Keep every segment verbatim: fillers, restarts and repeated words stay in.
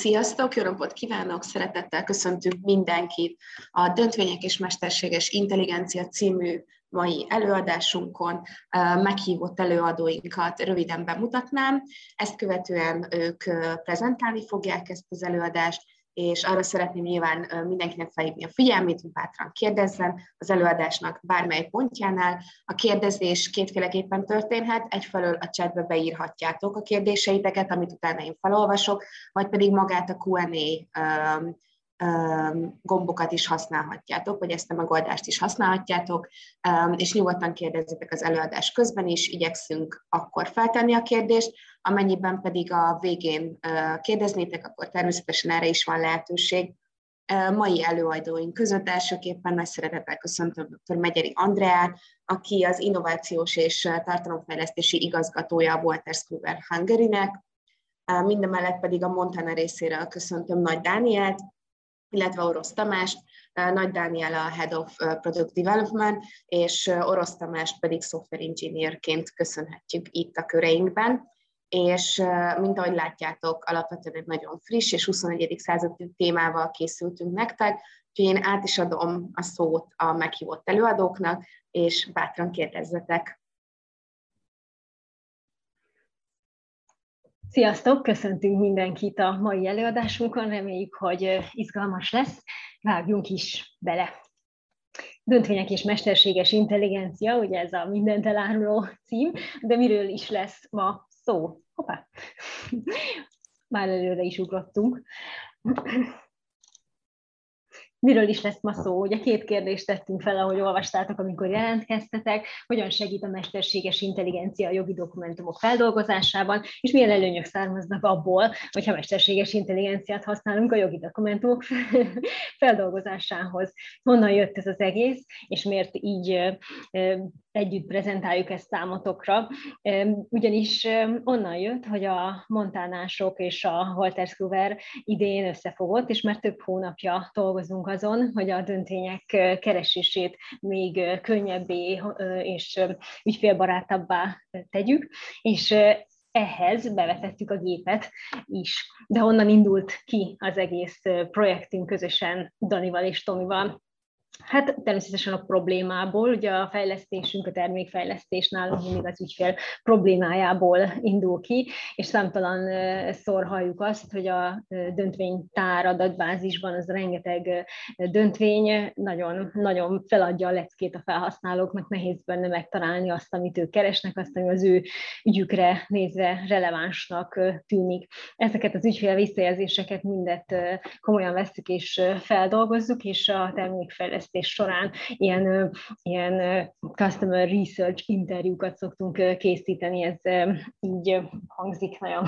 Sziasztok, jó napot kívánok! Szeretettel köszöntünk mindenkit a Döntvények és Mesterséges Intelligencia című mai előadásunkon. Meghívott előadóinkat röviden bemutatnám, ezt követően ők prezentálni fogják ezt az előadást, és arra szeretném nyilván mindenkinek felhívni a figyelmét, hogy bátran kérdezzen az előadásnak bármely pontjánál. A kérdezés kétféleképpen történhet, egyfelől a chatbe beírhatjátok a kérdéseiteket, amit utána én felolvasok, vagy pedig magát a kú és á gombokat is használhatjátok, vagy ezt a megoldást is használhatjátok, és nyugodtan kérdezzetek az előadás közben is, igyekszünk akkor feltenni a kérdést, amennyiben pedig a végén kérdeznétek, akkor természetesen erre is van lehetőség. Mai előadóink között elsőképpen nagy szeretettel köszöntöm dr. Megyeri Andreát, aki az innovációs és tartalomfejlesztési igazgatója a Wolters Kluwer Hungary-nek, mindemellett pedig a Montana részéről köszöntöm Nagy Dánielt, illetve Orosz Tamást, Nagy Dániel a Head of Product Development, és Orosz Tamást pedig Software Engineerként köszönhetjük itt a köreinkben. És mint ahogy látjátok, alapvetően egy nagyon friss és huszonegyedik századi témával készültünk nektek, úgyhogy én át is adom a szót a meghívott előadóknak, és bátran kérdezzetek. Sziasztok! Köszöntünk mindenkit a mai előadásunkon, reméljük, hogy izgalmas lesz. Vágjunk is bele! Döntvények és mesterséges intelligencia, ugye ez a mindent eláruló cím, de miről is lesz ma szó? Hoppá! Már előre is ugrottunk. Miről is lesz ma szó? Ugye két kérdést tettünk fel, ahogy olvastátok, amikor jelentkeztetek, hogyan segít a mesterséges intelligencia a jogi dokumentumok feldolgozásában, és milyen előnyök származnak abból, hogyha mesterséges intelligenciát használunk a jogi dokumentumok feldolgozásához. Honnan jött ez az egész, és miért így együtt prezentáljuk ezt számotokra. Ugyanis onnan jött, hogy a montánások és a Wolters Kluwer idén összefogott, és már több hónapja dolgozunk azon, hogy a döntvények keresését még könnyebbé és ügyfélbarátabbá tegyük, és ehhez bevetettük a gépet is. De honnan indult ki az egész projektünk közösen Danival és Tomival? Hát természetesen a problémából, ugye a fejlesztésünk, a termékfejlesztés nálunk mindig az ügyfél problémájából indul ki, és számtalan szor halljuk azt, hogy a döntvénytár adatbázisban az rengeteg döntvény nagyon, nagyon feladja a leckét a felhasználóknak, nehéz benne megtalálni azt, amit ők keresnek, azt, ami az ő ügyükre nézve relevánsnak tűnik. Ezeket az ügyfél visszajelzéseket mindet komolyan vesszük és feldolgozzuk, és a termékfejlesztés során ilyen, ilyen customer research interjúkat szoktunk készíteni, ez így hangzik nagyon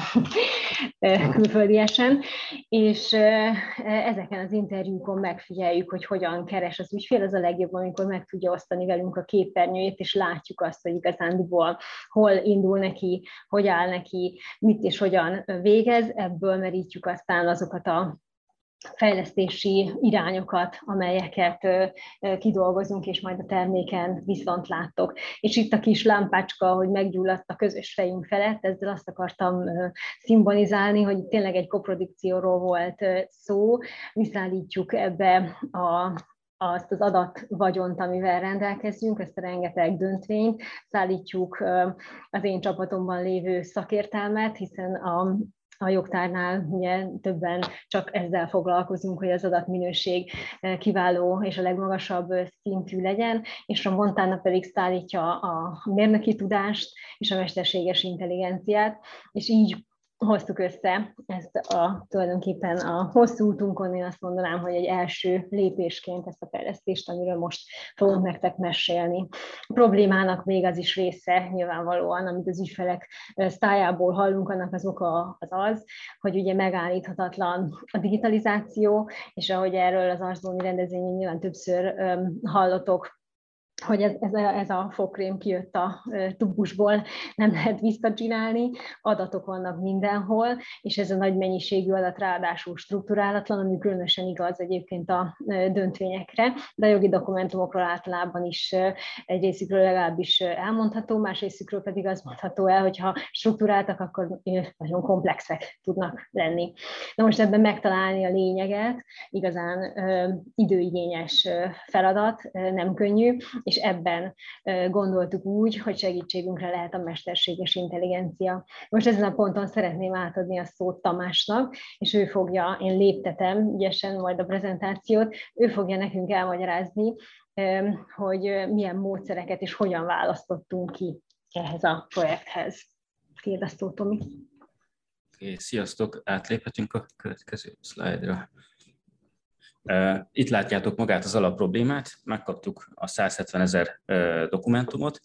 külföldiesen, és ezeken az interjúkon megfigyeljük, hogy hogyan keres az ügyfél, az a legjobb, amikor meg tudja osztani velünk a képernyőjét, és látjuk azt, hogy igazándiból hol indul neki, hogy áll neki, mit és hogyan végez, ebből merítjük aztán azokat a fejlesztési irányokat, amelyeket kidolgozunk, és majd a terméken viszont láttok. És itt a kis lámpácska, hogy meggyulladt a közös fejünk felett, ezzel azt akartam szimbolizálni, hogy tényleg egy koprodukcióról volt szó, visszaállítjuk ebbe a azt az adatvagyont, amivel rendelkezünk, ezt a rengeteg döntvényt, szállítjuk az én csapatomban lévő szakértelmet, hiszen a A jogtárnál ugye többen csak ezzel foglalkozunk, hogy az adatminőség kiváló és a legmagasabb szintű legyen, és a Montana pedig szállítja a mérnöki tudást és a mesterséges intelligenciát, és így hoztuk össze ezt a, tulajdonképpen a hosszú útunkon, én azt mondanám, hogy egy első lépésként ezt a fejlesztést, amiről most fogunk nektek mesélni. A problémának még az is része nyilvánvalóan, amit az ügyfelek szájából hallunk, annak az oka az az, hogy ugye megállíthatatlan a digitalizáció, és ahogy erről az Arcdóni rendezvényen nyilván többször um, hallotok, hogy ez, ez, a, ez a fogkrém kijött a tubusból, nem lehet visszacsinálni, adatok vannak mindenhol, és ez a nagy mennyiségű adat ráadásul strukturálatlan, ami különösen igaz egyébként a döntvényekre, de a jogi dokumentumokról általában is egy részükről legalábbis elmondható, más részükről pedig azt mondható el, hogyha strukturáltak, akkor nagyon komplexek tudnak lenni. Na most ebben megtalálni a lényeget, igazán időigényes feladat, nem könnyű, és ebben gondoltuk úgy, hogy segítségünkre lehet a mesterséges intelligencia. Most ezen a ponton szeretném átadni a szót Tamásnak, és ő fogja, én léptetem ügyesen majd a prezentációt, ő fogja nekünk elmagyarázni, hogy milyen módszereket és hogyan választottunk ki ehhez a projekthez. Tiéd a szó, Tomi. Okay, sziasztok, átléphetünk a következő szlájdra. Itt látjátok magát az alapproblémát, megkaptuk a száz hetven ezer dokumentumot,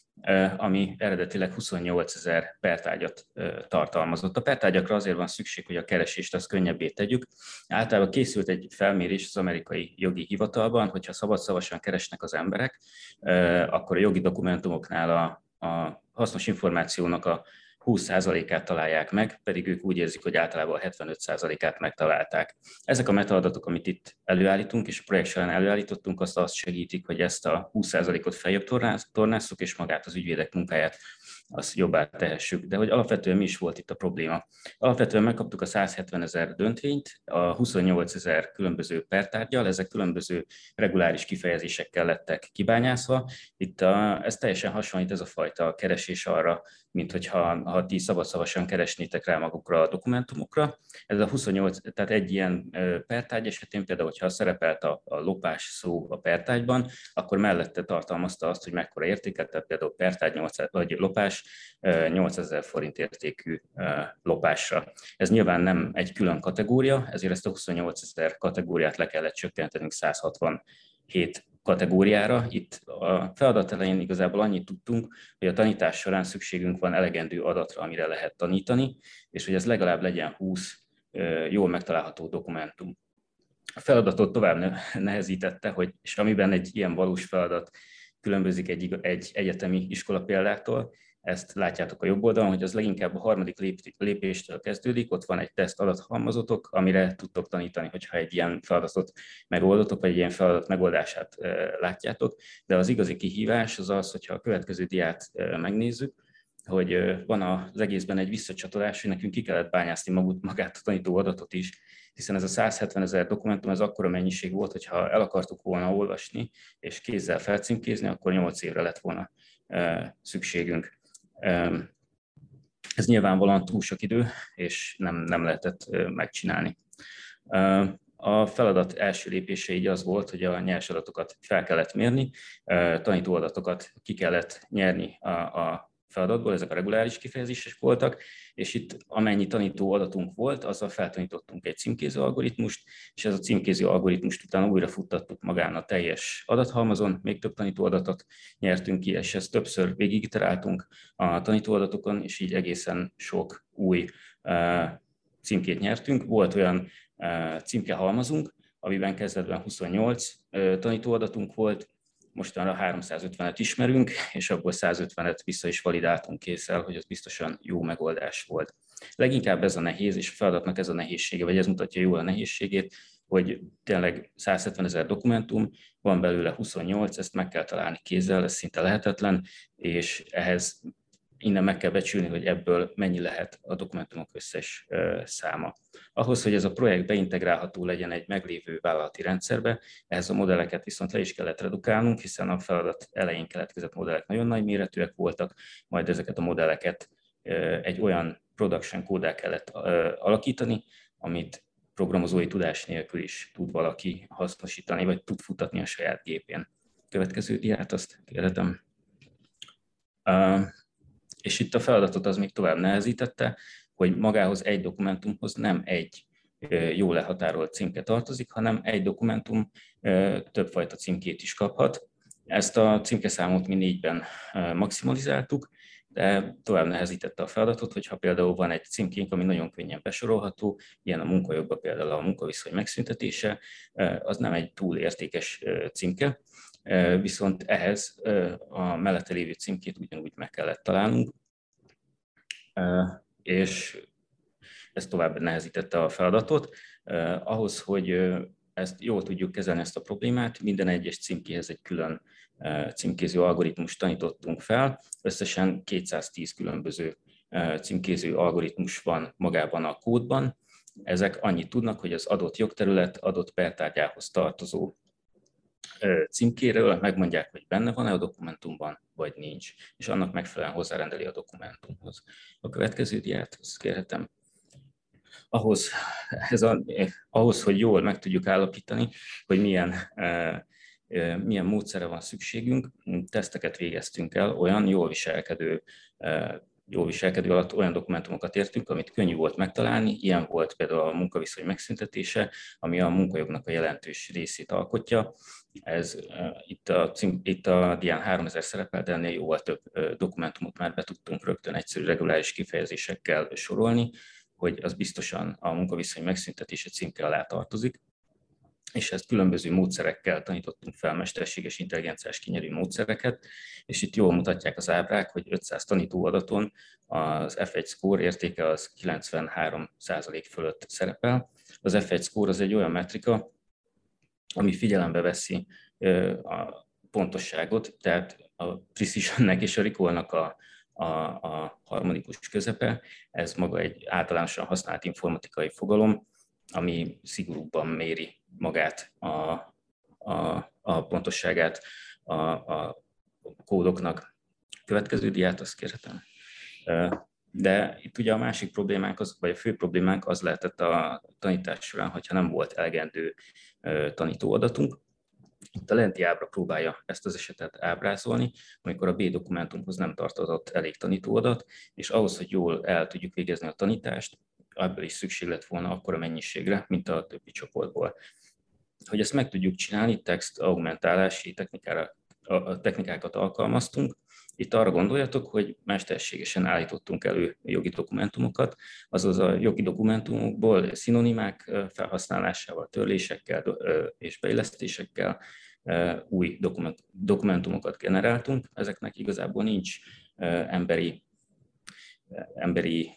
ami eredetileg huszonnyolc ezer pertárgyat tartalmazott. A pertárgyakra azért van szükség, hogy a keresést azt könnyebbé tegyük. Általában készült egy felmérés az amerikai jogi hivatalban, hogyha szabadszavasan keresnek az emberek, akkor a jogi dokumentumoknál a, a hasznos információnak a húsz százalékát találják meg, pedig ők úgy érzik, hogy általában a hetvenöt százalékát megtalálták. Ezek a metaadatok, amit itt előállítunk, és a projekt során előállítottunk, azt azt segítik, hogy ezt a húsz százalékot feljebb tornásszuk, és magát az ügyvédek munkáját azt jobbá tehessük. De hogy alapvetően mi is volt itt a probléma? Alapvetően megkaptuk a száz hetven ezer döntvényt, a huszonnyolc ezer különböző pertárgyal, ezek különböző reguláris kifejezésekkel lettek kibányászva. Itt a, ez teljesen hasonlít ez a fajta keresés arra, mint hogyha ha ti szabadszavasan keresnétek rá magukra a dokumentumokra. Ez a huszonnyolc, tehát egy ilyen pertárgy esetén például, hogyha szerepelt a, a lopás szó a pertárgyban, akkor mellette tartalmazta azt, hogy mekkora értéket, tehát például pertárgy nyolc, vagy lopás nyolcezer forint értékű lopásra. Ez nyilván nem egy külön kategória, ezért ezt a huszonnyolc ezer kategóriát le kellett csökkentenünk száz hatvanhét kategóriára. Itt a feladat elején igazából annyit tudtunk, hogy a tanítás során szükségünk van elegendő adatra, amire lehet tanítani, és hogy ez legalább legyen húsz jól megtalálható dokumentum. A feladatot tovább nehezítette, hogy, és amiben egy ilyen valós feladat különbözik egy, egy egyetemi iskola példától, ezt látjátok a jobb oldalon, hogy az leginkább a harmadik lépéstől kezdődik, ott van egy teszt adathalmazotok, amire tudtok tanítani, hogyha egy ilyen feladatot megoldotok, vagy egy ilyen feladat megoldását látjátok. De az igazi kihívás az az, hogyha a következő diát megnézzük, hogy van az egészben egy visszacsatolás, hogy nekünk ki kellett bányászni magút, magát a tanító adatot is, hiszen ez a száz hetven ezer dokumentum, ez akkora mennyiség volt, hogyha el akartuk volna olvasni és kézzel felcímkézni, akkor nyolc évre lett volna szükségünk. Ez nyilvánvalóan túl sok idő, és nem, nem lehetett megcsinálni. A feladat első lépése így az volt, hogy a nyers adatokat fel kellett mérni, tanítóadatokat ki kellett nyerni a, a feladatból, ezek a reguláris kifejezések voltak, és itt amennyi tanító adatunk volt, azzal feltanítottunk egy címkéző algoritmust, és ez a címkéző algoritmust utána újra futtattuk magán a teljes adathalmazon, még több tanító adatot nyertünk ki, és ezt többször végigiteráltunk a tanító adatokon, és így egészen sok új uh, címkét nyertünk. Volt olyan uh, címkehalmazunk, amiben kezdetben huszonnyolc uh, tanító adatunk volt, mostanra háromszázötvenet ismerünk, és abból százötvenet vissza is validáltunk késszel, hogy az biztosan jó megoldás volt. Leginkább ez a nehéz, és a feladatnak ez a nehézsége, vagy ez mutatja jól a nehézségét, hogy tényleg száz hetven ezer dokumentum, van belőle huszonnyolc, ezt meg kell találni kézzel, ez szinte lehetetlen, és ehhez innen meg kell becsülni, hogy ebből mennyi lehet a dokumentumok összes száma. Ahhoz, hogy ez a projekt beintegrálható legyen egy meglévő vállalati rendszerbe, ehhez a modelleket viszont le is kellett redukálnunk, hiszen a feladat elején keletkezett modellek nagyon nagy méretűek voltak, majd ezeket a modelleket egy olyan production kóddá kellett alakítani, amit programozói tudás nélkül is tud valaki hasznosítani, vagy tud futtatni a saját gépén. Következő diát, azt kérhetem. És itt a feladatot az még tovább nehezítette, hogy magához egy dokumentumhoz nem egy jól lehatárolt címke tartozik, hanem egy dokumentum többfajta címkét is kaphat. Ezt a címkeszámot mi négyben maximalizáltuk, de tovább nehezítette a feladatot, hogyha például van egy címkénk, ami nagyon könnyen besorolható, ilyen a munkajogban például a munkaviszony megszüntetése, az nem egy túl értékes címke, Viszont ehhez a mellette lévő címkét ugyanúgy meg kellett találnunk, és ez tovább nehezítette a feladatot. Ahhoz, hogy ezt jól tudjuk kezelni, ezt a problémát, minden egyes címkéhez egy külön címkéző algoritmust tanítottunk fel. Összesen kétszáztíz különböző címkéző algoritmus van magában a kódban. Ezek annyit tudnak, hogy az adott jogterület adott pertárgyához tartozó címkéről megmondják, hogy benne van-e a dokumentumban, vagy nincs, és annak megfelelően hozzárendeli a dokumentumhoz. A következő diát, azt kérhetem. Ahhoz, ez a, ahhoz, hogy jól meg tudjuk állapítani, hogy milyen, milyen módszere van szükségünk, teszteket végeztünk el, olyan jól viselkedő, jól viselkedő alatt olyan dokumentumokat értünk, amit könnyű volt megtalálni. Ilyen volt például a munkaviszony megszüntetése, ami a munkajognak a jelentős részét alkotja. Ez itt a, itt a dián háromezer szerepel, de ennél jóval több dokumentumot már be tudtunk rögtön egyszerű reguláris kifejezésekkel sorolni, hogy az biztosan a munkaviszony megszüntetése címke alá tartozik, és ezt különböző módszerekkel tanítottunk fel, mesterséges intelligenciás kinyerő módszereket, és itt jól mutatják az ábrák, hogy ötszáz tanítóadaton az ef egy score értéke az kilencvenhárom százalék fölött szerepel. Az ef egy score az egy olyan metrika, ami figyelembe veszi a pontosságot, tehát a precisionnek és a recallnak a A, a harmonikus közepe. Ez maga egy általánosan használt informatikai fogalom, ami szigorúbban méri magát a, a, a pontosságát a, a kódoknak. Következő diát, azt kérhetem. De itt ugye a másik problémánk, az, vagy a fő problémánk az lehetett a tanítás során, hogyha nem volt elegendő tanítóadatunk. Itt a lenti ábra próbálja ezt az esetet ábrázolni, amikor a B dokumentumhoz nem tartozott elég tanítóadat, és ahhoz, hogy jól el tudjuk végezni a tanítást, ebből is szükség lett volna akkora mennyiségre, mint a többi csoportból. Hogy ezt meg tudjuk csinálni, text augmentálási technikára, a technikákat alkalmaztunk. Itt arra gondoljatok, hogy mesterségesen állítottunk elő jogi dokumentumokat, azaz a jogi dokumentumokból szinonimák felhasználásával, törlésekkel és beillesztésekkel új dokumentumokat generáltunk. Ezeknek igazából nincs emberi, emberi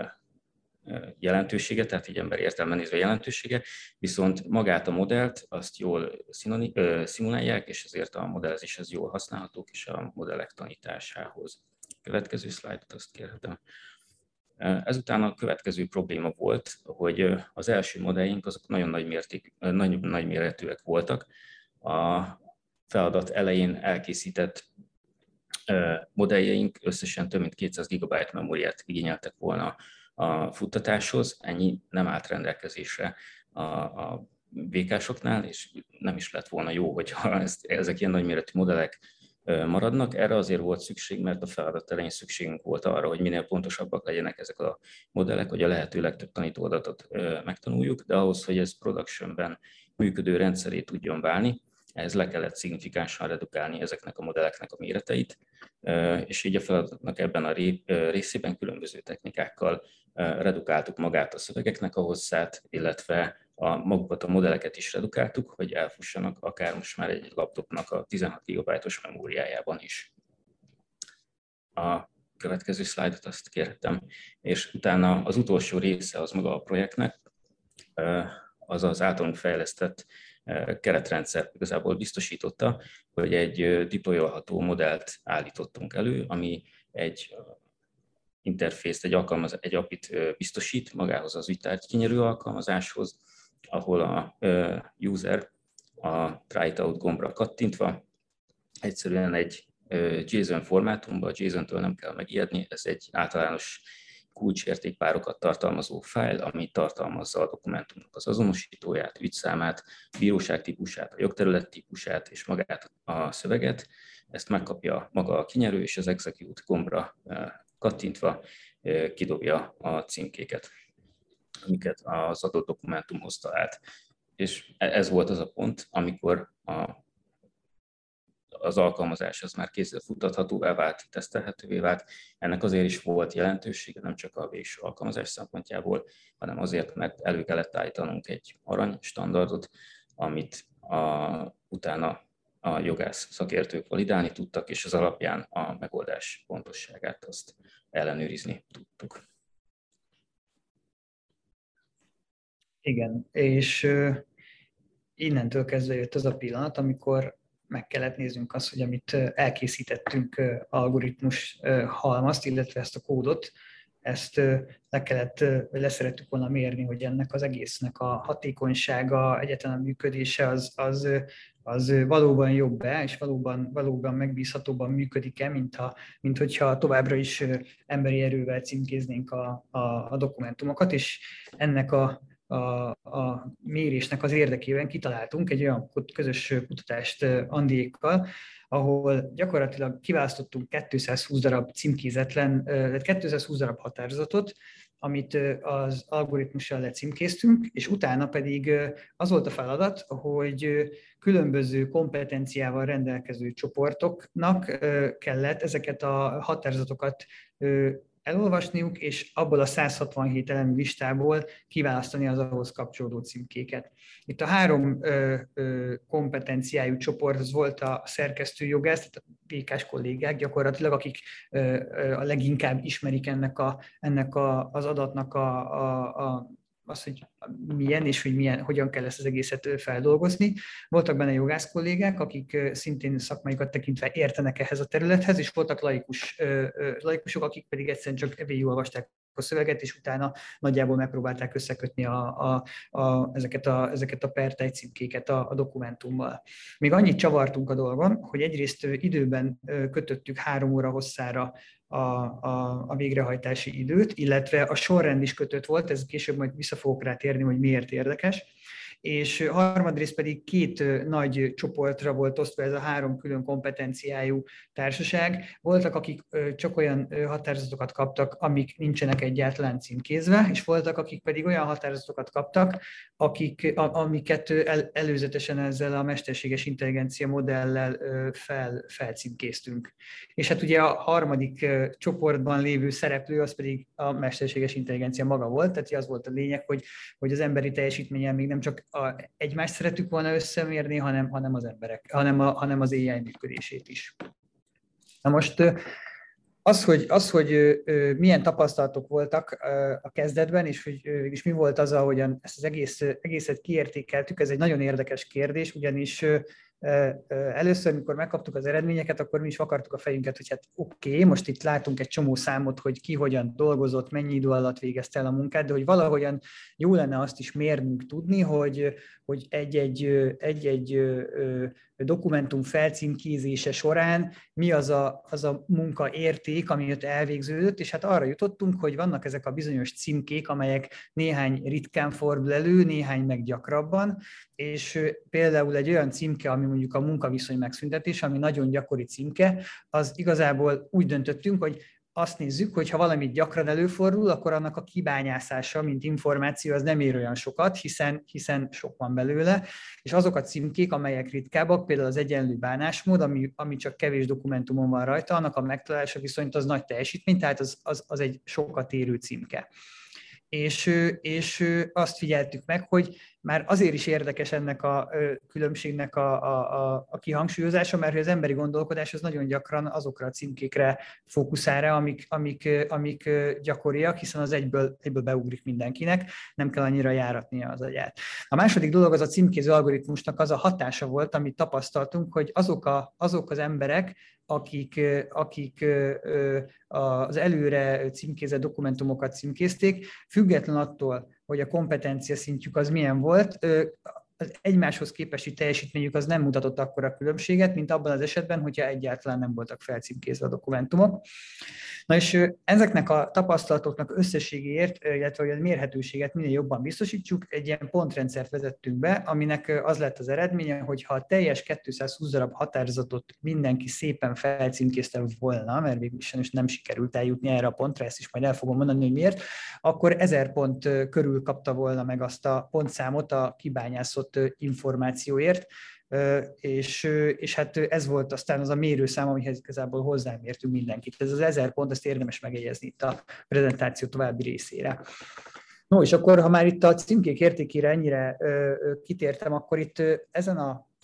jelentősége, tehát így emberi értelemben nézve jelentősége, viszont magát a modellt azt jól szimulálják, és ezért a modellezéshez jól használhatók is a modellek tanításához. Következő szlájdot, azt kérhetem. Ezután a következő probléma volt, hogy az első modellink azok nagyon nagy, mérték, nagyon nagy méretűek voltak. A feladat elején elkészített modelljeink összesen több mint kétszáz gigabyte memóriát igényeltek volna a futtatáshoz, ennyi nem állt rendelkezésre a, a vé ká-soknál, és nem is lett volna jó, hogyha ezt, ezek ilyen nagyméretű modellek maradnak. Erre azért volt szükség, mert a feladat elején szükségünk volt arra, hogy minél pontosabbak legyenek ezek a modellek, hogy a lehető legtöbb tanítóadatot megtanuljuk, de ahhoz, hogy ez productionben működő rendszeré tudjon válni, ehhez le kellett szignifikánsan redukálni ezeknek a modelleknek a méreteit, és így a feladatnak ebben a részében különböző technikákkal redukáltuk magát a szövegeknek a hosszát, illetve a magukat a modelleket is redukáltuk, hogy elfussanak akár most már egy laptopnak a tizenhat gigabyte-os memóriájában is. A következő szlájdot, azt kérhetem, és utána az utolsó része az maga a projektnek, az az általunk fejlesztett keretrendszer igazából biztosította, hogy egy deployolható modellt állítottunk elő, ami egy interfészt, egy, alkalmaz, egy apit biztosít magához az ügytárgy kinyerő alkalmazáshoz, ahol a user a try it out gombra kattintva egyszerűen egy JSON formátumban, a JSON-től nem kell megijedni, ez egy általános kulcsértékpárokat tartalmazó fájl, ami tartalmazza a dokumentumnak az azonosítóját, ügyszámát, bíróság típusát, a jogterület típusát és magát a szöveget. Ezt megkapja maga a kinyerő, és az execute gombra kattintva kidobja a címkéket, amiket az adott dokumentumhoz talált. És ez volt az a pont, amikor a az alkalmazás az már kézzel futtathatóvá vált, tesztelhetővé vált. Ennek azért is volt jelentősége, nem csak a végső alkalmazás szempontjából, hanem azért, mert elő kellett állítanunk egy arany standardot, amit a, utána a jogász szakértők validálni tudtak, és az alapján a megoldás pontosságát azt ellenőrizni tudtuk. Igen, és uh, innentől kezdve jött az a pillanat, amikor meg kellett néznünk azt, hogy amit elkészítettünk uh, algoritmus uh, halmazt, illetve ezt a kódot, ezt uh, le kellett, uh, leszerettük volna mérni, hogy ennek az egésznek a hatékonysága, egyáltalán a működése az, az, az valóban jobb-e, és valóban, valóban megbízhatóban működik-e, mint, ha, mint hogyha továbbra is uh, emberi erővel címkéznénk a, a, a dokumentumokat, és ennek a A, a mérésnek az érdekében kitaláltunk egy olyan közös kutatást Andiékkal, ahol gyakorlatilag kiválasztottunk kétszázhúsz darab címkézetlen, kétszázhúsz darab határozatot, amit az algoritmussal lecímkéztünk, és utána pedig az volt a feladat, hogy különböző kompetenciával rendelkező csoportoknak kellett ezeket a határozatokat elolvasniuk, és abból a száz hatvanhét elemű listából kiválasztani az ahhoz kapcsolódó címkéket. Itt a három ö, ö, kompetenciájú csoport, az volt a szerkesztőjogász, tehát a vé ká-s kollégák gyakorlatilag, akik ö, ö, a leginkább ismerik ennek, a, ennek a, az adatnak a, a, a az, hogy milyen és hogy milyen, hogyan kell ezt az egészet feldolgozni. Voltak benne jogász kollégák, akik szintén szakmaikat tekintve értenek ehhez a területhez, és voltak laikus, laikusok, akik pedig egyszerűen csak végigolvasták a szöveget, és utána nagyjából megpróbálták összekötni a, a, a, ezeket a, ezeket a per címkéket a, a dokumentummal. Még annyit csavartunk a dolgon, hogy egyrészt időben kötöttük három óra hosszára A, a, a végrehajtási időt, illetve a sorrend is kötött volt, ez később majd vissza fogok rá térni, hogy miért érdekes, és harmadrészt pedig két nagy csoportra volt osztva ez a három külön kompetenciájú társaság. Voltak, akik csak olyan határozatokat kaptak, amik nincsenek egyáltalán címkézve, és voltak, akik pedig olyan határozatokat kaptak, akik, amiket el, előzetesen ezzel a mesterséges intelligencia modellel fel, felcímkéztünk. És hát ugye a harmadik csoportban lévő szereplő az pedig a mesterséges intelligencia maga volt, tehát az volt a lényeg, hogy, hogy az emberi teljesítményen még nem csak a, egymást szeretük volna összemérni, hanem, hanem az emberek, hanem, a, hanem az á i működését is. Na most az, hogy, az, hogy milyen tapasztalatok voltak a kezdetben, és hogy és mi volt az, ahogyan ezt az egész, egészet kiértékeltük, ez egy nagyon érdekes kérdés, ugyanis először, amikor megkaptuk az eredményeket, akkor mi is vakartuk a fejünket, hogy hát oké, okay, most itt látunk egy csomó számot, hogy ki hogyan dolgozott, mennyi idő alatt végezte el a munkát, de hogy valahogyan jó lenne azt is mérnünk tudni, hogy, hogy egy-egy, egy-egy dokumentum felcímkézése során mi az a, az a munkaérték, ami ott elvégződött, és hát arra jutottunk, hogy vannak ezek a bizonyos címkék, amelyek néhány ritkán fordul elő, néhány meg gyakrabban, és például egy olyan címke, ami mondjuk a munkaviszony megszüntetés, ami nagyon gyakori címke, az igazából úgy döntöttünk, hogy azt nézzük, hogy ha valami gyakran előfordul, akkor annak a kibányászása, mint információ, az nem ér olyan sokat, hiszen, hiszen sok van belőle, és azok a címkék, amelyek ritkábbak, például az egyenlő bánásmód, ami, ami csak kevés dokumentumon van rajta, annak a megtalálása viszont az nagy teljesítmény, tehát az, az, az egy sokat érő címke. És, és azt figyeltük meg, hogy már azért is érdekes ennek a különbségnek a, a, a kihangsúlyozása, mert az emberi gondolkodás az nagyon gyakran azokra a címkékre fókuszál rá, amik, amik, amik gyakoriak, hiszen az egyből, egyből beugrik mindenkinek, nem kell annyira járatnia az agyát. A második dolog az a címkéző algoritmusnak az a hatása volt, amit tapasztaltunk, hogy azok, a, azok az emberek, akik, akik az előre címkézett dokumentumokat címkézték, független attól, hogy a kompetencia szintjük az milyen volt, az egymáshoz képesti teljesítményük az nem mutatott akkora különbséget, mint abban az esetben, hogyha egyáltalán nem voltak felcímkézve a dokumentumok. Na és ezeknek a tapasztalatoknak összességéért, illetve hogy a mérhetőséget minél jobban biztosítsuk, egy ilyen pontrendszert vezettünk be, aminek az lett az eredménye, hogy ha a teljes kétszázhúsz darab határozatot mindenki szépen felcímkézte volna, mert végül is nem sikerült eljutni erre a pontra, ezt is majd el fogom mondani, hogy miért, akkor ezer pont körül kapta volna meg azt a pontszámot a kibányászott információért, és, és hát ez volt aztán az a mérőszám, amihez igazából hozzámértünk mindenkit. Ez az ezer pont, ezt érdemes megjegyezni itt a prezentáció további részére. No, és akkor, ha már itt a címkék értékére ennyire kitértem, akkor itt ezen a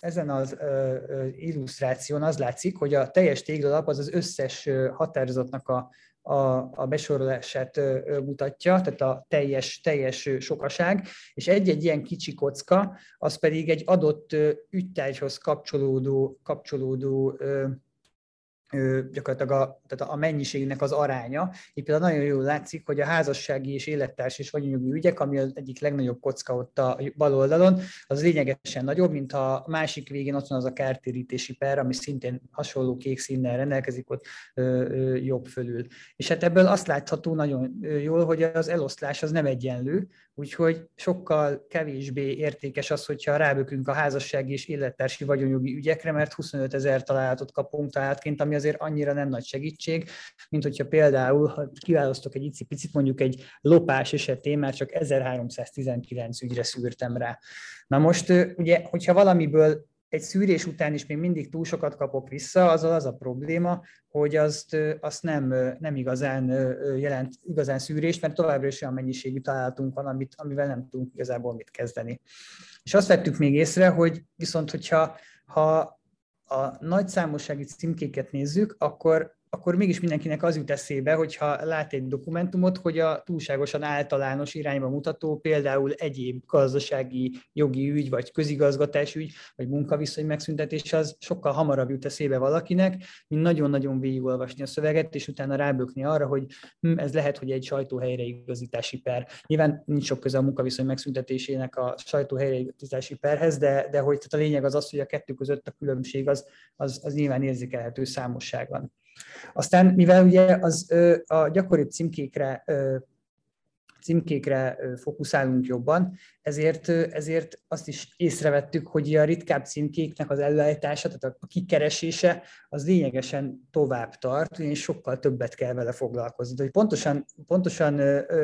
ezen az illusztráción az látszik, hogy a teljes téglalap az az összes határozatnak a, a, a besorolását mutatja, tehát a teljes, teljes sokaság, és egy-egy ilyen kicsi kocka, az pedig egy adott ügytárgyhoz kapcsolódó, kapcsolódó gyakorlatilag a, tehát a mennyiségnek az aránya. Itt például nagyon jól látszik, hogy a házassági és élettárs és vagyonjogi ügyek, ami az egyik legnagyobb kocka ott a bal oldalon, az lényegesen nagyobb, mint a másik végén ott van az a kártérítési per, ami szintén hasonló kék színnel rendelkezik ott ö, ö, jobb fölül. És hát ebből azt látható nagyon jól, hogy az eloszlás az nem egyenlő, úgyhogy sokkal kevésbé értékes az, hogyha rábökünk a házassági és élettársi vagyonjogi ügyekre, mert huszonöt ezer találatot kapunk találatként, ami azért annyira nem nagy segítség, mint hogyha például, ha kiválasztok egy icipicit, mondjuk egy lopás esetén már csak ezerháromszáztizenkilenc ügyre szűrtem rá. Na most ugye, hogyha valamiből egy szűrés után is még mindig túl sokat kapok vissza, azzal az a probléma, hogy azt, azt nem, nem igazán jelent igazán szűrést, mert továbbra is olyan mennyiségű találatunk van, amit, amivel nem tudunk igazából mit kezdeni. És azt vettük még észre, hogy viszont, hogyha ha a nagy számossági címkéket nézzük, akkor, akkor mégis mindenkinek az jut eszébe, hogyha lát egy dokumentumot, hogy a túlságosan általános irányba mutató, például egyéb gazdasági jogi ügy, vagy közigazgatási ügy, vagy munkaviszony megszüntetés, az sokkal hamarabb jut eszébe valakinek, mint nagyon-nagyon végigolvasni a szöveget, és utána rábökni arra, hogy hm, ez lehet, hogy egy sajtóhelyreigazítási per. Nyilván nincs sok köze a munkaviszony megszüntetésének a sajtóhelyreigazítási perhez, de, de hogy tehát a lényeg az az, hogy a kettő között a különbség az, az, az nyilván érzékelhető számosságban. Aztán, mivel ugye az, a gyakoribb címkékre, címkékre fókuszálunk jobban, ezért, ezért azt is észrevettük, hogy a ritkább címkéknek az előállítása, tehát a kikeresése, az lényegesen tovább tart, és sokkal többet kell vele foglalkozni. De hogy pontosan, pontosan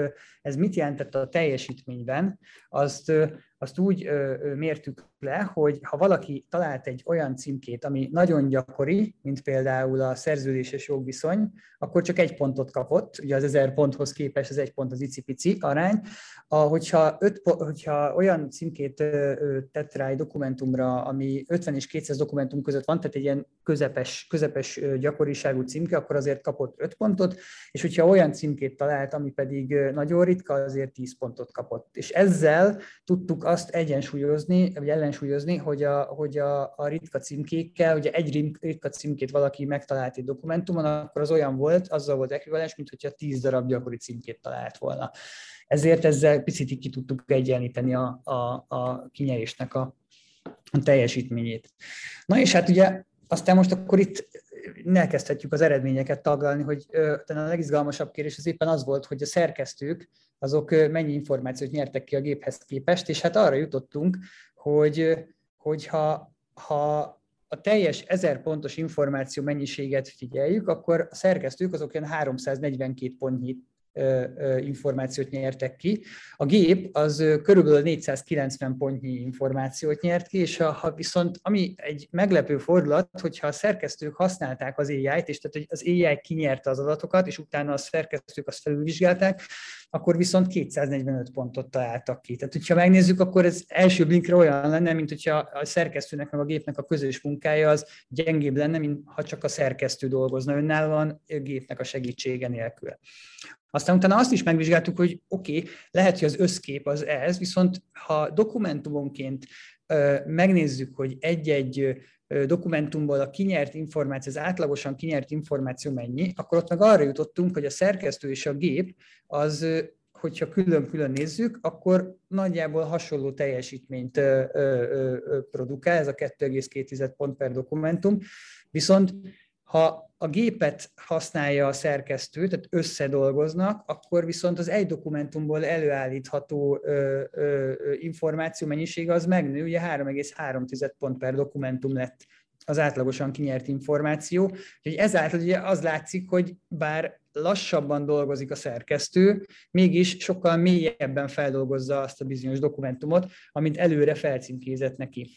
ez mit jelentett a teljesítményben, azt, azt úgy mértük le, hogy ha valaki talált egy olyan címkét, ami nagyon gyakori, mint például a szerződéses jogviszony, akkor csak egy pontot kapott, ugye az ezer ponthoz képest az egy pont az icipici arány. Hogyha, öt, hogyha olyan címkét tett rá egy dokumentumra, ami ötven és kétszáz dokumentum között van, tehát egy ilyen közepes, közepes gyakoriságú címke, akkor azért kapott öt pontot, és hogyha olyan címkét talált, ami pedig nagyon ritka, azért tíz pontot kapott. És ezzel tudtuk azt egyensúlyozni, vagy ellensúlyozni, hogy a, hogy a, a ritka címkékkel, ugye egy ritka címkét valaki megtalált egy dokumentumon, akkor az olyan volt, azzal volt ekvivalens, mint hogyha tíz darab gyakori címkét talált volna. Ezért ezzel picit ki tudtuk egyenlíteni a, a, a kinyerésnek a, a teljesítményét. Na és hát ugye aztán most akkor itt elkezdhetjük az eredményeket taglalni, hogy a legizgalmasabb kérdés az éppen az volt, hogy a szerkesztők azok mennyi információt nyertek ki a géphez képest, és hát arra jutottunk, hogy, hogy ha, ha a teljes ezer pontos információ mennyiséget figyeljük, akkor a szerkesztők azok olyan háromszáznegyvenkét pontnyi információt nyertek ki. A gép az körülbelül négyszázkilencven pontnyi információt nyert ki, és ha viszont, ami egy meglepő fordulat, hogyha a szerkesztők használták az á í-t, és tehát az á í kinyerte az adatokat, és utána a szerkesztők azt felülvizsgálták, akkor viszont kétszáznegyvenöt pontot találtak ki. Tehát, hogyha megnézzük, akkor ez első blinkre olyan lenne, mint hogyha a szerkesztőnek meg a gépnek a közös munkája az gyengébb lenne, mint ha csak a szerkesztő dolgozna önállóan a gépnek a segítsége nélkül. Aztán utána azt is megvizsgáltuk, hogy oké, okay, lehet, hogy az összkép az ez, viszont ha dokumentumonként megnézzük, hogy egy-egy dokumentumból a kinyert információ, az átlagosan kinyert információ mennyi, akkor ott meg arra jutottunk, hogy a szerkesztő és a gép az, hogyha külön-külön nézzük, akkor nagyjából hasonló teljesítményt produkál, ez a kettő egész két pont per dokumentum, viszont ha a gépet használja a szerkesztő, tehát összedolgoznak, akkor viszont az egy dokumentumból előállítható ö, ö, információ mennyisége az megnő, ugye három egész három pont per dokumentum lett az átlagosan kinyert információ. Úgyhogy ezáltal ugye az látszik, hogy bár lassabban dolgozik a szerkesztő, mégis sokkal mélyebben feldolgozza azt a bizonyos dokumentumot, amit előre felcímkézett neki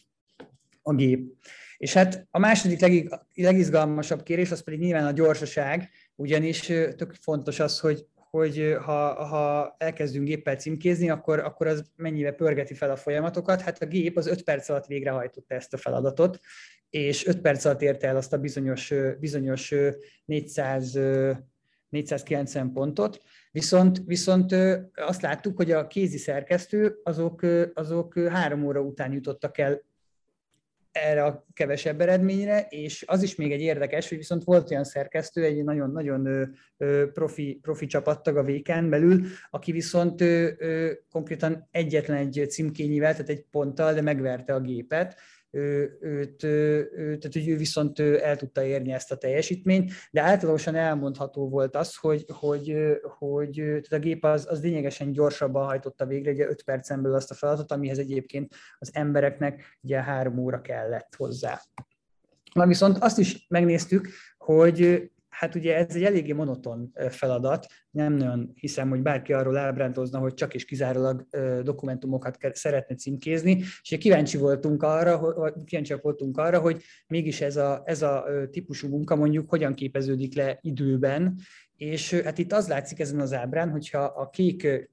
a gép. És hát a második legizgalmasabb kérdés, az pedig nyilván a gyorsaság, ugyanis tök fontos az, hogy, hogy ha, ha elkezdünk géppel címkézni, akkor, akkor az mennyivel pörgeti fel a folyamatokat. Hát a gép az öt perc alatt végrehajtotta ezt a feladatot, és öt perc alatt érte el azt a bizonyos, bizonyos négyszáz, négyszázkilencven pontot. Viszont, viszont azt láttuk, hogy a kézi szerkesztő azok, azok három óra után jutottak el erre a kevesebb eredményre, és az is még egy érdekes, hogy viszont volt olyan szerkesztő, egy nagyon-nagyon profi, profi csapattag a vé ká-n belül, aki viszont konkrétan egyetlen egy címkényivel, tehát egy ponttal, de megverte a gépet, Ő, őt, ő, tehát hogy ő viszont el tudta érni ezt a teljesítményt, de általánosan elmondható volt az, hogy, hogy, hogy tehát a gép az, az lényegesen gyorsabban hajtotta végre, ugye öt percen belül azt a feladatot, amihez egyébként az embereknek ugye három óra kellett hozzá. Na viszont azt is megnéztük, hogy hát ugye ez egy eléggé monoton feladat, nem nagyon hiszem, hogy bárki arról ábrándozna, hogy csak és kizárólag dokumentumokat szeretne címkézni, és kíváncsi voltunk arra, kíváncsiak voltunk arra, hogy mégis ez a, ez a típusú munka mondjuk hogyan képeződik le időben, és hát itt az látszik ezen az ábrán, hogyha a kék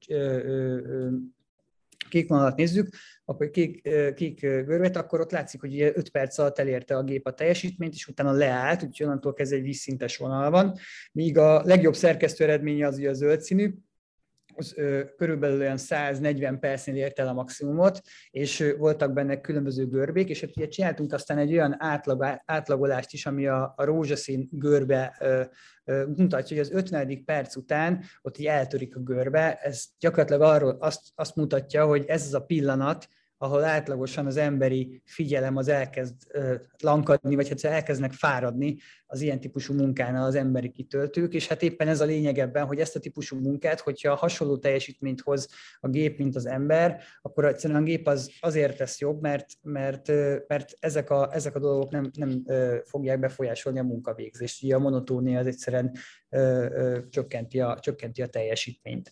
kék vonalat nézzük, akkor kék, kék görbet, akkor ott látszik, hogy öt perc alatt elérte a gép a teljesítményt, és utána leállt, úgyhogy onnantól kezdve egy vízszintes vonal van. Míg a legjobb szerkesztő eredménye az ugye a zöld színű, az ö, körülbelül olyan száznegyven percnél ért el a maximumot, és ö, voltak benne különböző görbék, és hát ugye csináltunk aztán egy olyan átlag, átlagolást is, ami a, a rózsaszín görbe ö, ö, mutatja, hogy az ötvenedik perc után ott így eltörik a görbe. Ez gyakorlatilag arról azt, azt mutatja, hogy ez az a pillanat, ahol átlagosan az emberi figyelem az elkezd uh, lankadni, vagy hát elkezdnek fáradni az ilyen típusú munkánál az emberi kitöltők, és hát éppen ez a lényeg ebben, hogy ezt a típusú munkát, hogyha hasonló teljesítményt hoz a gép, mint az ember, akkor egyszerűen a gép az azért tesz jobb, mert, mert, mert ezek, a, ezek a dolgok nem, nem uh, fogják befolyásolni a munkavégzést. Ugye a monotónia az egyszerűen uh, uh, csökkenti, a, csökkenti a teljesítményt.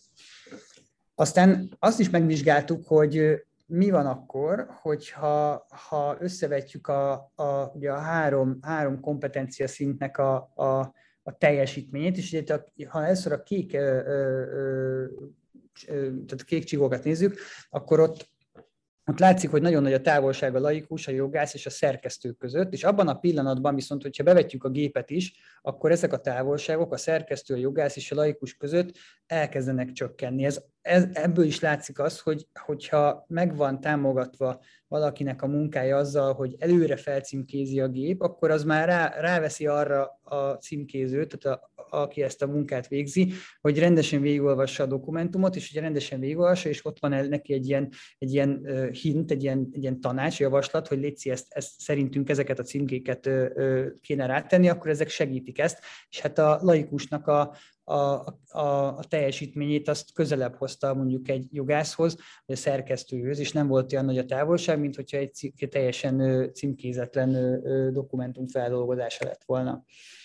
Aztán azt is megvizsgáltuk, hogy mi van akkor, hogyha ha összevetjük a, a, ugye a három, három kompetencia szintnek a, a, a teljesítményét, és ugye, ha először a kék, ö, ö, ö, tehát a kék csigókat nézzük, akkor ott, ott látszik, hogy nagyon nagy a távolság a laikus, a jogász és a szerkesztő között, és abban a pillanatban viszont, hogyha bevetjük a gépet is, akkor ezek a távolságok a szerkesztő, a jogász és a laikus között elkezdenek csökkenni. Ez, ez, ebből is látszik az, hogy, hogyha meg van támogatva valakinek a munkája azzal, hogy előre felcímkézi a gép, akkor az már rá, ráveszi arra a címkézőt, tehát a, aki ezt a munkát végzi, hogy rendesen végigolvassa a dokumentumot, és hogy rendesen végigolvassa, és ott van neki egy ilyen, egy ilyen hint, egy ilyen, egy ilyen tanács, javaslat, hogy létszi, ezt, ezt szerintünk ezeket a címkéket kéne rátenni, akkor ezek segítik ezt, és hát a laikusnak a, A, a, a teljesítményét azt közelebb hozta mondjuk egy jogászhoz, vagy a szerkesztőhöz, és nem volt olyan nagy a távolság, mint hogyha egy cím, teljesen címkézetlen dokumentum feldolgozása lett volna.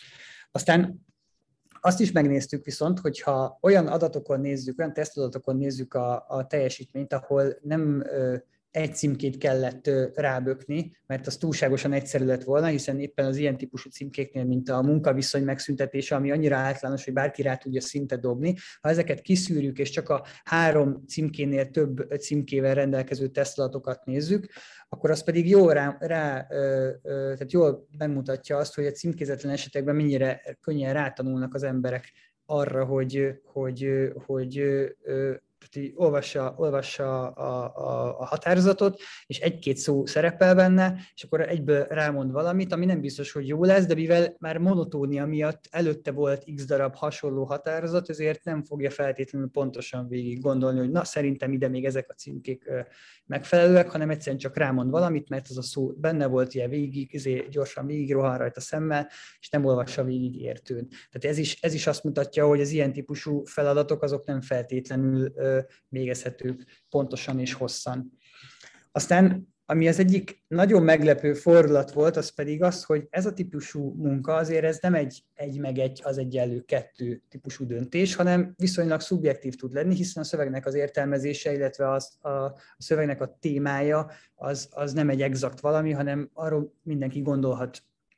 Aztán azt is megnéztük viszont, hogyha olyan adatokon nézzük, olyan tesztadatokon nézzük a, a teljesítményt, ahol nem egy címkét kellett rábökni, mert az túlságosan egyszerű lett volna, hiszen éppen az ilyen típusú címkéknél, mint a munkaviszony megszüntetése, ami annyira általános, hogy bárki rá tudja szinte dobni, ha ezeket kiszűrjük, és csak a három címkénél több címkével rendelkező tesztadatokat nézzük, akkor az pedig jól, rá, rá, tehát jól megmutatja azt, hogy a címkézetlen esetekben mennyire könnyen rátanulnak az emberek arra, hogy, hogy, hogy, hogy tehát olvassa, olvassa a, a, a határozatot, és egy-két szó szerepel benne, és akkor egyből rámond valamit, ami nem biztos, hogy jó lesz, de mivel már monotónia miatt előtte volt x darab hasonló határozat, ezért nem fogja feltétlenül pontosan végig gondolni, hogy na, szerintem ide még ezek a címkék megfelelőek, hanem egyszerűen csak rámond valamit, mert az a szó benne volt ilyen végig, ezért gyorsan végig rohan rajta szemmel, és nem olvassa végig értőn. Tehát ez is, ez is azt mutatja, hogy az ilyen típusú feladatok azok nem feltétlenül végezhetők pontosan és hosszan. Aztán, ami az egyik nagyon meglepő fordulat volt, az pedig az, hogy ez a típusú munka azért ez nem egy egy meg egy az egyenlő kettő típusú döntés, hanem viszonylag szubjektív tud lenni, hiszen a szövegnek az értelmezése, illetve az, a, a szövegnek a témája az, az nem egy exakt valami, hanem arról mindenki gondolhat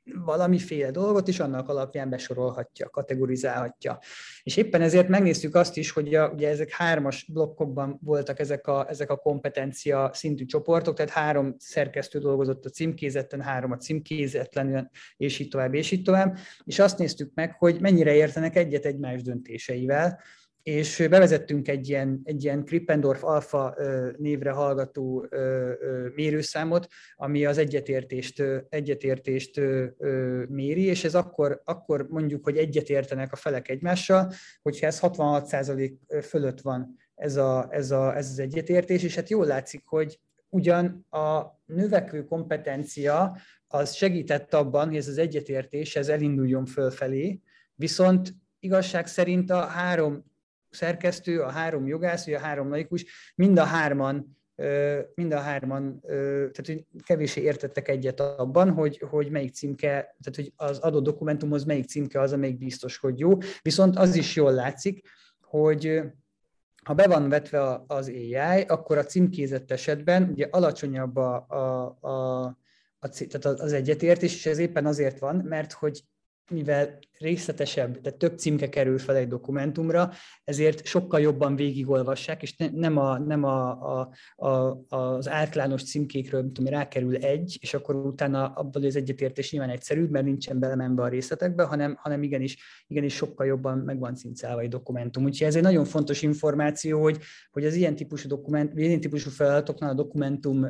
valamiféle dolgot, és annak alapján besorolhatja, kategorizálhatja. És éppen ezért megnéztük azt is, hogy a, ugye ezek hármas blokkokban voltak ezek a, ezek a kompetencia szintű csoportok, tehát három szerkesztő dolgozott a címkézetten, három a címkézetlenül, és így tovább, és így tovább. És azt néztük meg, hogy mennyire értenek egyet egymás döntéseivel, és bevezettünk egy ilyen, egy ilyen Krippendorf alfa névre hallgató mérőszámot, ami az egyetértést, egyetértést méri, és ez akkor, akkor mondjuk, hogy egyetértenek a felek egymással, hogyha ez hatvanhat százalék fölött van ez, a, ez, a, ez az egyetértés, és hát jól látszik, hogy ugyan a növekvő kompetencia az segített abban, hogy ez az egyetértés ez elinduljon fölfelé, viszont igazság szerint a három szerkesztő, a három jogász, vagy a három laikus, mind a hárman, mind a hárman tehát hogy kevéssé értettek egyet abban, hogy, hogy melyik címke, tehát hogy az adott dokumentumhoz melyik címke az, amelyik biztos, hogy jó. Viszont az is jól látszik, hogy ha be van vetve az á i, akkor a címkézett esetben ugye alacsonyabb a, a, a, a, tehát az egyetértés, és ez éppen azért van, mert hogy mivel részletesebb, tehát több címke kerül fel egy dokumentumra, ezért sokkal jobban végigolvassák, és ne, nem, a, nem a, a, a, az általános címkékről, tudom, rákerül egy, és akkor utána abban az egyetértés nyilván egyszerűbb, mert nincsen belemenve a részletekbe, hanem, hanem igenis, igenis sokkal jobban meg van cincálva egy dokumentum. Úgyhogy ez egy nagyon fontos információ, hogy, hogy az ilyen típusú, dokument, ilyen típusú feladatoknál a dokumentum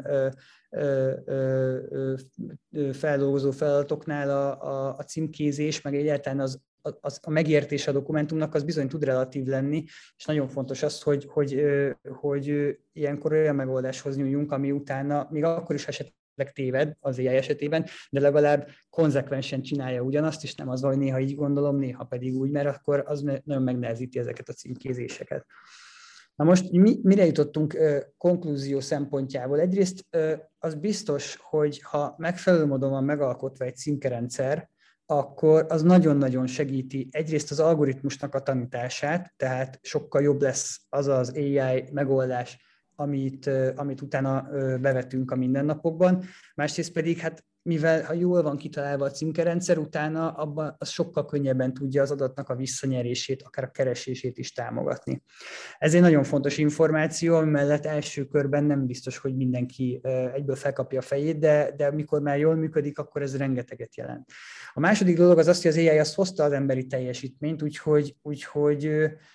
feldolgozó feladatoknál a, a, a címkézés, meg egyáltalán az, az, a megértés a dokumentumnak, az bizony tud relatív lenni, és nagyon fontos az, hogy, hogy, hogy ilyenkor olyan megoldáshoz nyúljunk, ami utána, még akkor is esetleg téved az á i esetében, de legalább konzekvensen csinálja ugyanazt, és nem az, hogy néha így gondolom, néha pedig úgy, mert akkor az nagyon megnehezíti ezeket a címkézéseket. Na most mi, mire jutottunk ö, konklúzió szempontjából? Egyrészt ö, az biztos, hogy ha megfelelő módon van megalkotva egy címkerendszer, akkor az nagyon-nagyon segíti egyrészt az algoritmusnak a tanítását, tehát sokkal jobb lesz az az á i megoldás, amit, ö, amit utána ö, bevetünk a mindennapokban. Másrészt pedig, hát mivel ha jól van kitalálva a címkerendszer, utána abban az sokkal könnyebben tudja az adatnak a visszanyerését, akár a keresését is támogatni. Ez egy nagyon fontos információ, ami mellett első körben nem biztos, hogy mindenki egyből felkapja a fejét, de, de amikor már jól működik, akkor ez rengeteget jelent. A második dolog az az, hogy az á i azt hozta az emberi teljesítményt, úgyhogy, úgyhogy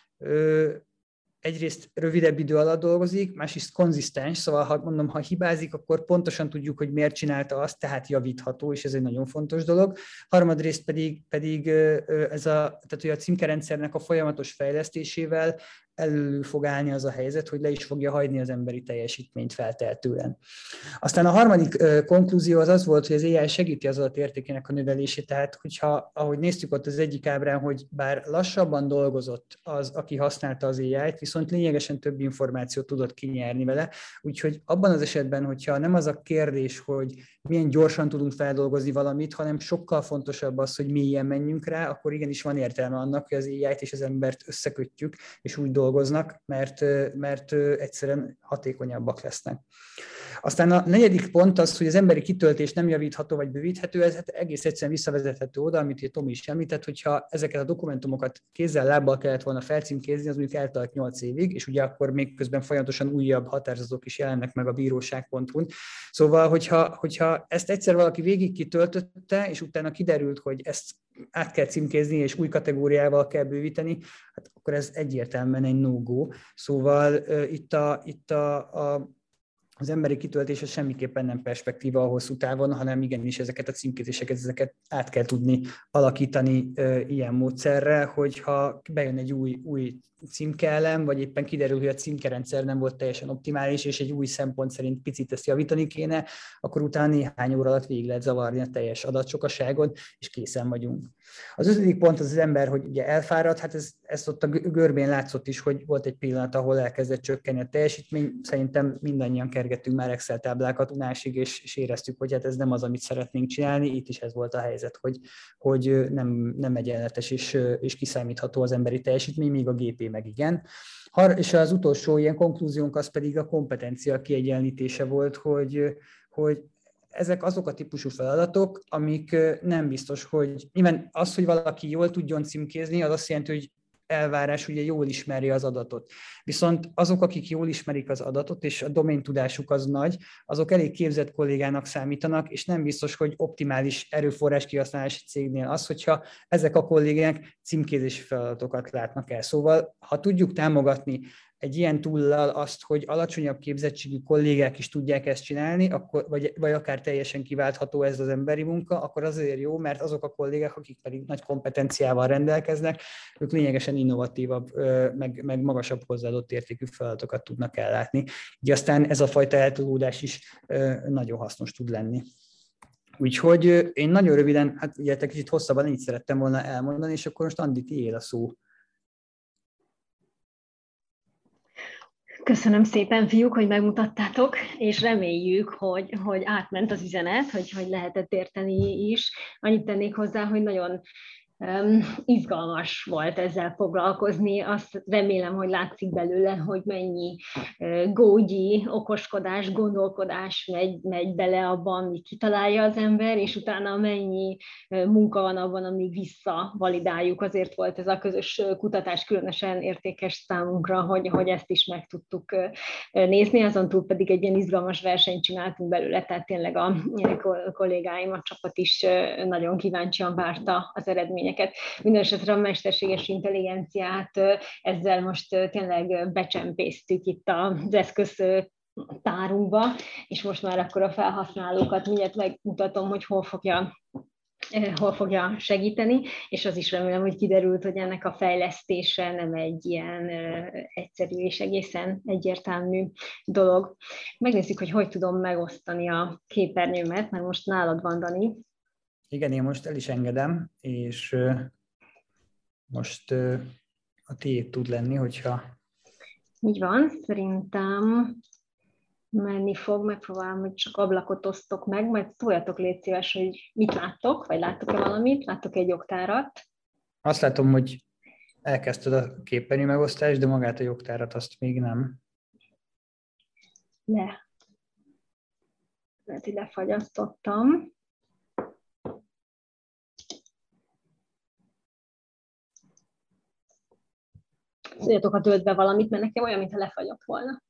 ö, egyrészt rövidebb idő alatt dolgozik, másrészt konzisztens, szóval ha mondom, ha hibázik, akkor pontosan tudjuk, hogy miért csinálta azt, tehát javítható, és ez egy nagyon fontos dolog. Harmadrészt pedig, pedig ez a, tehát, hogy a címkerendszernek a folyamatos fejlesztésével elő fog állni az a helyzet, hogy le is fogja hagyni az emberi teljesítményt feltehetően. Aztán a harmadik konklúzió az az volt, hogy az á i segíti az adatértékének a növelését, tehát hogyha, ahogy néztük ott az egyik ábrán, hogy bár lassabban dolgozott az, aki használta az á i-t, viszont lényegesen több információt tudott kinyerni vele, úgyhogy abban az esetben, hogyha nem az a kérdés, hogy milyen gyorsan tudunk feldolgozni valamit, hanem sokkal fontosabb az, hogy mélyen menjünk rá, akkor igenis van értelme annak, hogy az á i-t és az embert összekötjük, és úgy dolgoznak, mert, mert egyszerűen hatékonyabbak lesznek. Aztán a negyedik pont az, hogy az emberi kitöltés nem javítható vagy bővíthető, ez hát egész egyszerűen visszavezethető oda, amit Tomi is említett, hogyha ezeket a dokumentumokat kézzel, lábbal kellett volna felcímkézni, az mondjuk eltart nyolc évig, és ugye akkor még közben folyamatosan újabb határozatok is jelennek meg a bíróság pont hu-n. Szóval, hogyha, hogyha ezt egyszer valaki végig kitöltötte, és utána kiderült, hogy ezt át kell címkézni, és új kategóriával kell bővíteni, hát akkor ez egyértelműen egy no-go. Szóval uh, itt, a, itt a, a az emberi kitöltés az semmiképpen nem perspektíva a hosszú távon, hanem igenis ezeket a címkézéseket, ezeket át kell tudni alakítani ö, ilyen módszerrel, hogyha bejön egy új, új címkeelem, vagy éppen kiderül, hogy a címkerendszer nem volt teljesen optimális, és egy új szempont szerint picit ezt javítani kéne, akkor utána néhány óra alatt végig lehet zavarni a teljes adatsokaságon, és készen vagyunk. Az ötödik pont az az ember, hogy ugye elfáradt, hát ez, ezt ott a görbén látszott is, hogy volt egy pillanat, ahol elkezdett csökkenni a teljesítmény. Szerintem mindannyian kergettünk már Excel táblákat unásig, és, és éreztük, hogy hát ez nem az, amit szeretnénk csinálni. Itt is ez volt a helyzet, hogy, hogy nem, nem egyenletes és, és kiszámítható az emberi teljesítmény, míg a gépé meg igen. És az utolsó ilyen konklúziónk az pedig a kompetencia kiegyenlítése volt, hogy, hogy ezek azok a típusú feladatok, amik nem biztos, hogy nyilván az, hogy valaki jól tudjon címkézni, az azt jelenti, hogy elvárás, ugye jól ismeri az adatot. Viszont azok, akik jól ismerik az adatot, és a domain tudásuk az nagy, azok elég képzett kollégának számítanak, és nem biztos, hogy optimális erőforrás kihasználási cégnél az, hogyha ezek a kollégák címkézési feladatokat látnak el. Szóval, ha tudjuk támogatni egy ilyen túllal azt, hogy alacsonyabb képzettségű kollégák is tudják ezt csinálni, akkor, vagy, vagy akár teljesen kiváltható ez az emberi munka, akkor azért jó, mert azok a kollégák, akik pedig nagy kompetenciával rendelkeznek, ők lényegesen innovatívabb, meg, meg magasabb hozzáadott értékű feladatokat tudnak ellátni. Így aztán ez a fajta eltolódás is nagyon hasznos tud lenni. Úgyhogy én nagyon röviden, hát ugye egy kicsit hosszabban így szerettem volna elmondani, és akkor most Andi, tiéd a szó. Köszönöm szépen, fiúk, hogy megmutattátok, és reméljük, hogy, hogy átment az üzenet, hogy, hogy lehetett érteni is. Annyit tennék hozzá, hogy nagyon um, izgalmas volt ezzel foglalkozni. Azt remélem, hogy látszik belőle, hogy mennyi uh, gógyi, okoskodás, gondolkodás megy, megy bele abban, amit kitalálja az ember, és utána mennyi uh, munka van abban, amíg visszavalidáljuk. Azért volt ez a közös kutatás különösen értékes számunkra, hogy, hogy ezt is meg tudtuk uh, nézni, azon túl pedig egy ilyen izgalmas versenyt csináltunk belőle, tehát tényleg a kollégáim, a csapat is uh, nagyon kíváncsian várta az eredményeket. Mindenesetre a mesterséges intelligenciát ezzel most tényleg becsempésztük itt az eszköztárunkba, és most már akkor a felhasználókat mindjárt megmutatom, hogy hol fogja hol fogja segíteni, és az is remélem, hogy kiderült, hogy ennek a fejlesztése nem egy ilyen egyszerű és egészen egyértelmű dolog. Megnézzük, hogy hogy tudom megosztani a képernyőmet, mert most nálad van, Dani. Igen, én most el is engedem, és most a tiéd tud lenni, hogyha... Így van, szerintem menni fog, megpróbálom, hogy csak ablakot osztok meg, majd szóljatok, légy szíves, hogy mit láttok, vagy láttok-e valamit, láttok egy jogtárat? Azt látom, hogy elkezdted a képernyő megosztást, de magát a jogtárat azt még nem. Le. Lehet, hogy lefagyasztottam. Szóljatok, ha tölt be valamit, mert nekem olyan, mintha lefagyott volna.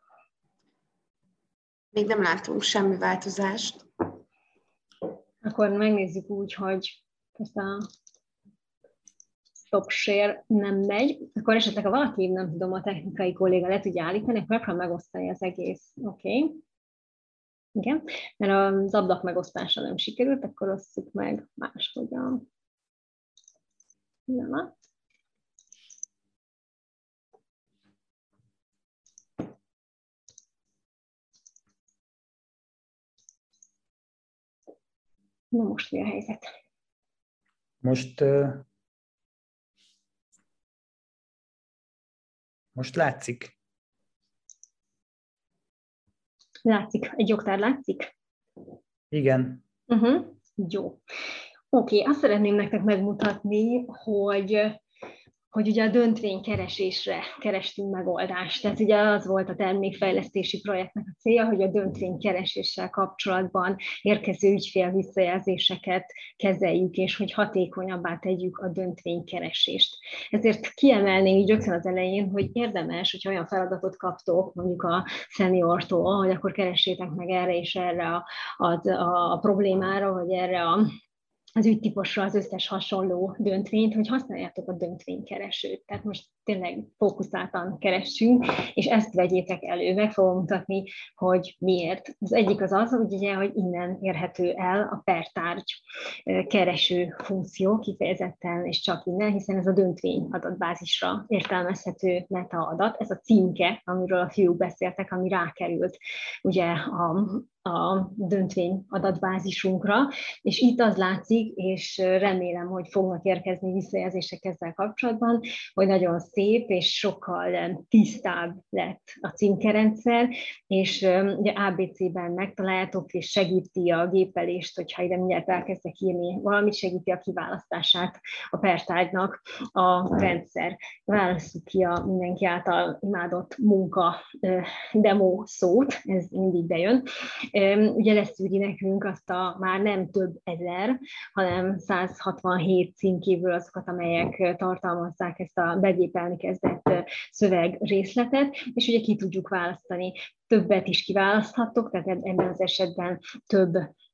Még nem látunk semmi változást. Akkor megnézzük úgy, hogy ezt a stop share nem megy. Akkor esetleg, ha valaki, nem tudom, a technikai kolléga le tudja állítani, akkor megpróbál megosztani az egész. Oké. Okay. Igen, mert az ablak megosztása nem sikerült, akkor osszuk meg máshogyan. Na. Na most mi a helyzet? Most, uh, most látszik. Látszik. Egy jogtár látszik? Igen. Uh-huh. Jó. Oké, okay, azt szeretném nektek megmutatni, hogy hogy ugye a döntvénykeresésre kerestünk megoldást. Tehát ugye az volt a termékfejlesztési projektnek a célja, hogy a döntvénykereséssel kapcsolatban érkező ügyfél visszajelzéseket kezeljük, és hogy hatékonyabbá tegyük a döntvénykeresést. Ezért kiemelném így rögtön az elején, hogy érdemes, hogy olyan feladatot kaptok, mondjuk a szeniortól, hogy akkor keressétek meg erre és erre a, a, a problémára, vagy erre a az ügytípusra az összes hasonló döntvényt, hogy használjátok a döntvénykeresőt. Tehát most tényleg fókuszáltan keressünk, és ezt vegyétek elő. Meg fogom mutatni, hogy miért. Az egyik az az, hogy, ugye, hogy innen érhető el a per tárgy kereső funkció kifejezetten, és csak innen, hiszen ez a döntvény adatbázisra értelmezhető metaadat. Ez a címke, amiről a fiúk beszéltek, ami rákerült ugye a a döntvény adatbázisunkra, és itt az látszik, és remélem, hogy fognak érkezni visszajelzések ezzel kapcsolatban, hogy nagyon szép és sokkal tisztább lett a címkerendszer, és ugye á bé cében megtaláltok, és segíti a gépelést, hogyha ide mindjárt elkezdek írni, valamit segíti a kiválasztását a pertárgynak a rendszer. Válasszuk ki a mindenki által imádott munka demo szót, ez mindig bejön. Ugye leszűri nekünk azt a már nem több ezer, hanem száz hatvanhét címkéből azokat, amelyek tartalmazzák ezt a begépelni kezdett szövegrészletet, és ugye ki tudjuk választani. Többet is kiválaszthattok, tehát ebben az esetben több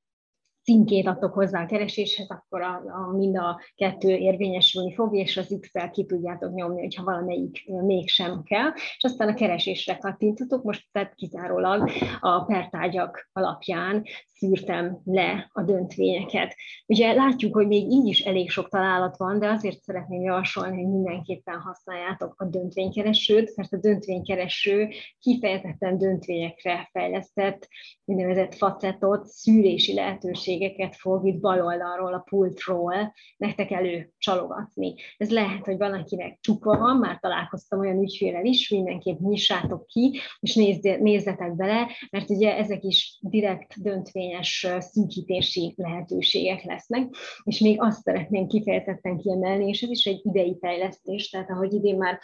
címkét adtok hozzá a kereséshez, akkor a, a, mind a kettő érvényesülni fog, és az X-tel ki tudjátok nyomni, hogyha valamelyik mégsem kell, és aztán a keresésre kattintotok, most tehát kizárólag a pertárgyak alapján szűrtem le a döntvényeket. Ugye látjuk, hogy még így is elég sok találat van, de azért szeretném javasolni, hogy mindenképpen használjátok a döntvénykeresőt, mert a döntvénykereső kifejezetten döntvényekre fejlesztett, úgynevezett facetot, szűrési lehetőségeket fog itt bal oldalról, a pultról nektek előcsalogatni. Ez lehet, hogy van, akinek csukva van, már találkoztam olyan ügyféllel is, mindenképp nyissátok ki, és nézzetek bele, mert ugye ezek is direkt döntvényes szűkítési lehetőségek lesznek, és még azt szeretném kifejezetten kiemelni, és ez is egy idei fejlesztés, tehát ahogy idén már